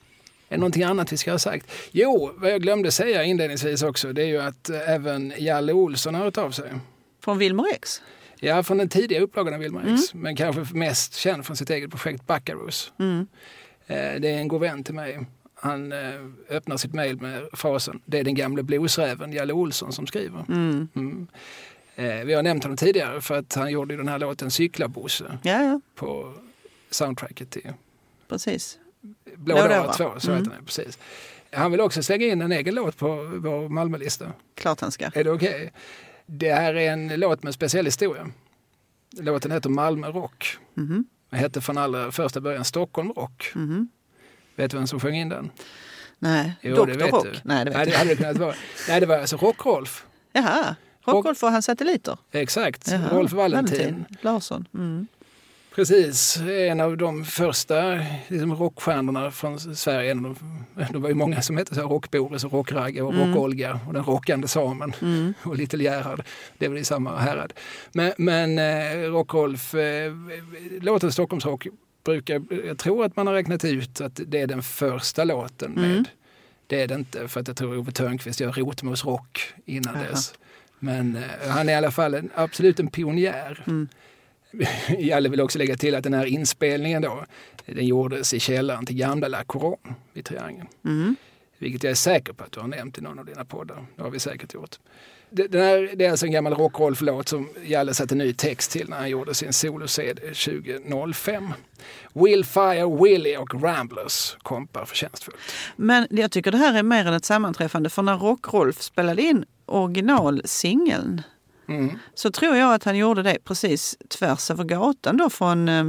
Är någonting annat vi ska ha sagt? Jo, vad jag glömde säga inledningsvis också, det är ju att även Jalle Olsson har hört av sig. Från Wilmer X? Ja, från den tidiga upplagan av Wilmer X. Mm. Men kanske mest känd från sitt eget projekt Buckaroos. Mm. Det är en god vän till mig. Han öppnar sitt mejl med frasen "Det är den gamla bluesräven Jalle Olsson som skriver". Mm. Mm. Vi har nämnt honom tidigare för att han gjorde den här låten Cyklabosse ja, ja. på soundtracket till precis. Blådåra två, så mm. heter den, precis. Han vill också slänga in en egen låt på vår Malmölista. Klart han ska. Är det okej? Okay? Det här är en låt med en speciell historia. Låten heter Malmö Rock. Mm. Den hette från allra första början Stockholm Rock. Mm. Vet du vem som sjöng in den? Nej, jo, doktor Rock. Du. Nej, det vet Nej, det hade det kunnat vara. Nej, det var alltså Rock-Rolf. Jaha, Rock-Rolf och hans satelliter. Exakt, Jaha. Rolf Valentin. Valentin. Larsson. Mm. Precis, en av de första liksom, rockstjärnorna från Sverige. En av de, det var ju många som hette så här Rock-Boris och Rock-Ragge och mm. Rock-Olga och den rockande Samen mm. och Little Gerhard. Det var i samma härad. Men, men eh, Rock-Rolf, eh, låten Stockholmsrock brukar, jag tror att man har räknat ut att det är den första låten med. Mm. Det är det inte för att jag tror Ove Törnqvist gör Rotmosrock innan Aha. dess. Men eh, han är i alla fall en, absolut en pionjär. Mm. Jalle vill också lägga till att den här inspelningen då, den gjordes i källaren till gamla La Couronne vid Triangeln. Mm. Vilket jag är säker på att du har nämnt i någon av dina poddar. Det har vi säkert gjort. Det, den här, det är alltså en gammal Rock-Rolf-låt som Jalle satte ny text till när han gjorde sin solo-C D tjugohundrafem. Will Fire, Willie och Ramblers kompar förtjänstfullt. Men jag tycker det här är mer än ett sammanträffande, för när Rock-Rolf spelade in originalsingeln Mm. så tror jag att han gjorde det precis tvärs över gatan då från, eh,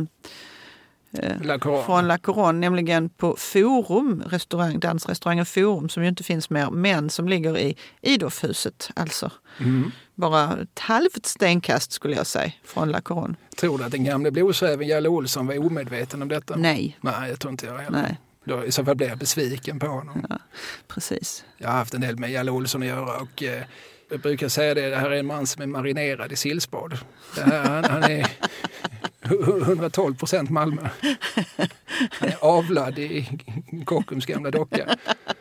La Couronne. från La Couronne, nämligen på Forum, restaurang, dansrestaurangen Forum som ju inte finns mer, men som ligger i Idofhuset alltså. Mm. Bara ett halvt stenkast skulle jag säga från La Couronne. Tror du att den gamla bluesräven Jalle Olsson var omedveten om detta? Nej. Nej, jag tror inte jag heller. Nej. Då, i så fall blev jag besviken på honom. Ja, precis. Jag har haft en del med Jalle Olsson att göra och eh, jag brukar säga det, det här är en man som är marinerad i sillspad. Det här, han, han är hundratolv procent Malmö. Han är avlad i Kockums gamla docka.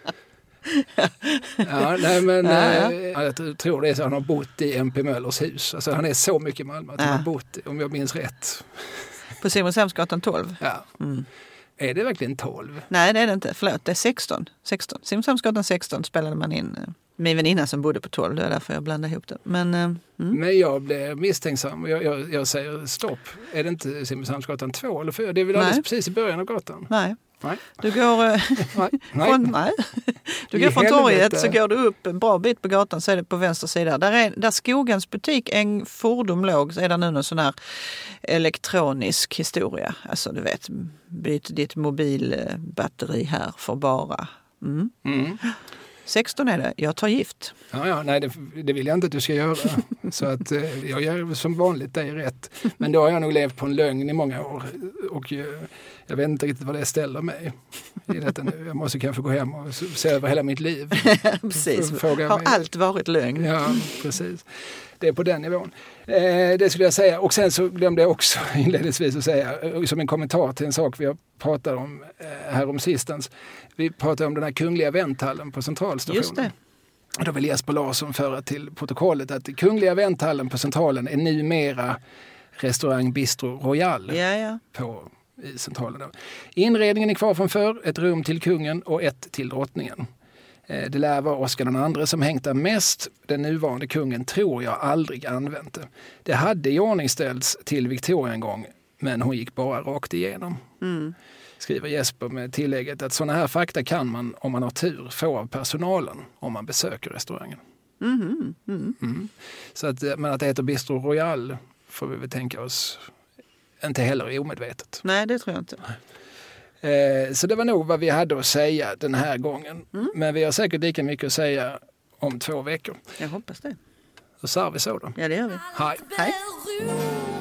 Ja, nej, men ja, ja. Eh, jag tror det är så att han har bott i M P Möllers hus. Alltså, han är så mycket Malmö att ja. han har bott, om jag minns rätt. På Simonshamnsgatan tolv? Ja. Mm. Är det verkligen tolv? Nej, det är det inte. Förlåt, det är sexton. sexton. Simonshamnsgatan sexton spelade man in min väninna som bodde på tolv. Det är därför jag blandade ihop det. Men, mm. Men jag blev misstänksam. Jag, jag, jag säger stopp. Är det inte Simonshamnsgatan två eller fyra? Det är väl alldeles precis i början av gatan? Nej. Nej. Du går, nej. Från, nej. Du går från torget så går du upp en bra bit på gatan så är det på vänster sida. Där, är, där Skogens butik, en fordom låg, så är det nu någon sån här elektronisk historia. Alltså du vet, byt ditt mobilbatteri här för bara. Mm. Mm. sexton är det. Jag tar gift. Ja, ja, nej, det, det vill jag inte att du ska göra. Så att eh, jag gör som vanligt dig rätt. Men då har jag nog levt på en lögn i många år. Och eh, jag vet inte riktigt vad det ställer mig i detta nu. Jag måste kanske gå hem och se över hela mitt liv. Precis. Har mig. Allt varit lögn? Ja, precis. Det är på den nivån. Eh, det skulle jag säga. Och sen så glömde jag också inledningsvis att säga, som en kommentar till en sak vi har pratat om eh, här om sistens. Vi pratade om den här kungliga vänthallen på Centralstationen. Just det. Då vill Jesper Larsson föra till protokollet att kungliga vänthallen på Centralen är numera restaurang Bistro Royal ja, ja. på i Centralen. Då. Inredningen är kvar från förr, ett rum till kungen och ett till drottningen. Det lär vara Oscar den andre som hängt där mest. Den nuvarande kungen tror jag aldrig använt det. Det hade iordningställts till Victoria en gång, men hon gick bara rakt igenom. Mm. Skriver Jesper med tillägget att sådana här fakta kan man, om man har tur, få av personalen om man besöker restaurangen. Mm. Mm. Mm. Så att, men att det heter Bistro Royal får vi väl tänka oss inte heller är omedvetet. Nej, det tror jag inte. Eh, så det var nog vad vi hade att säga den här gången. Mm. Men vi har säkert lika mycket att säga om två veckor. Jag hoppas det. Så sa vi så då. Ja, det gör vi. Hej. Hej.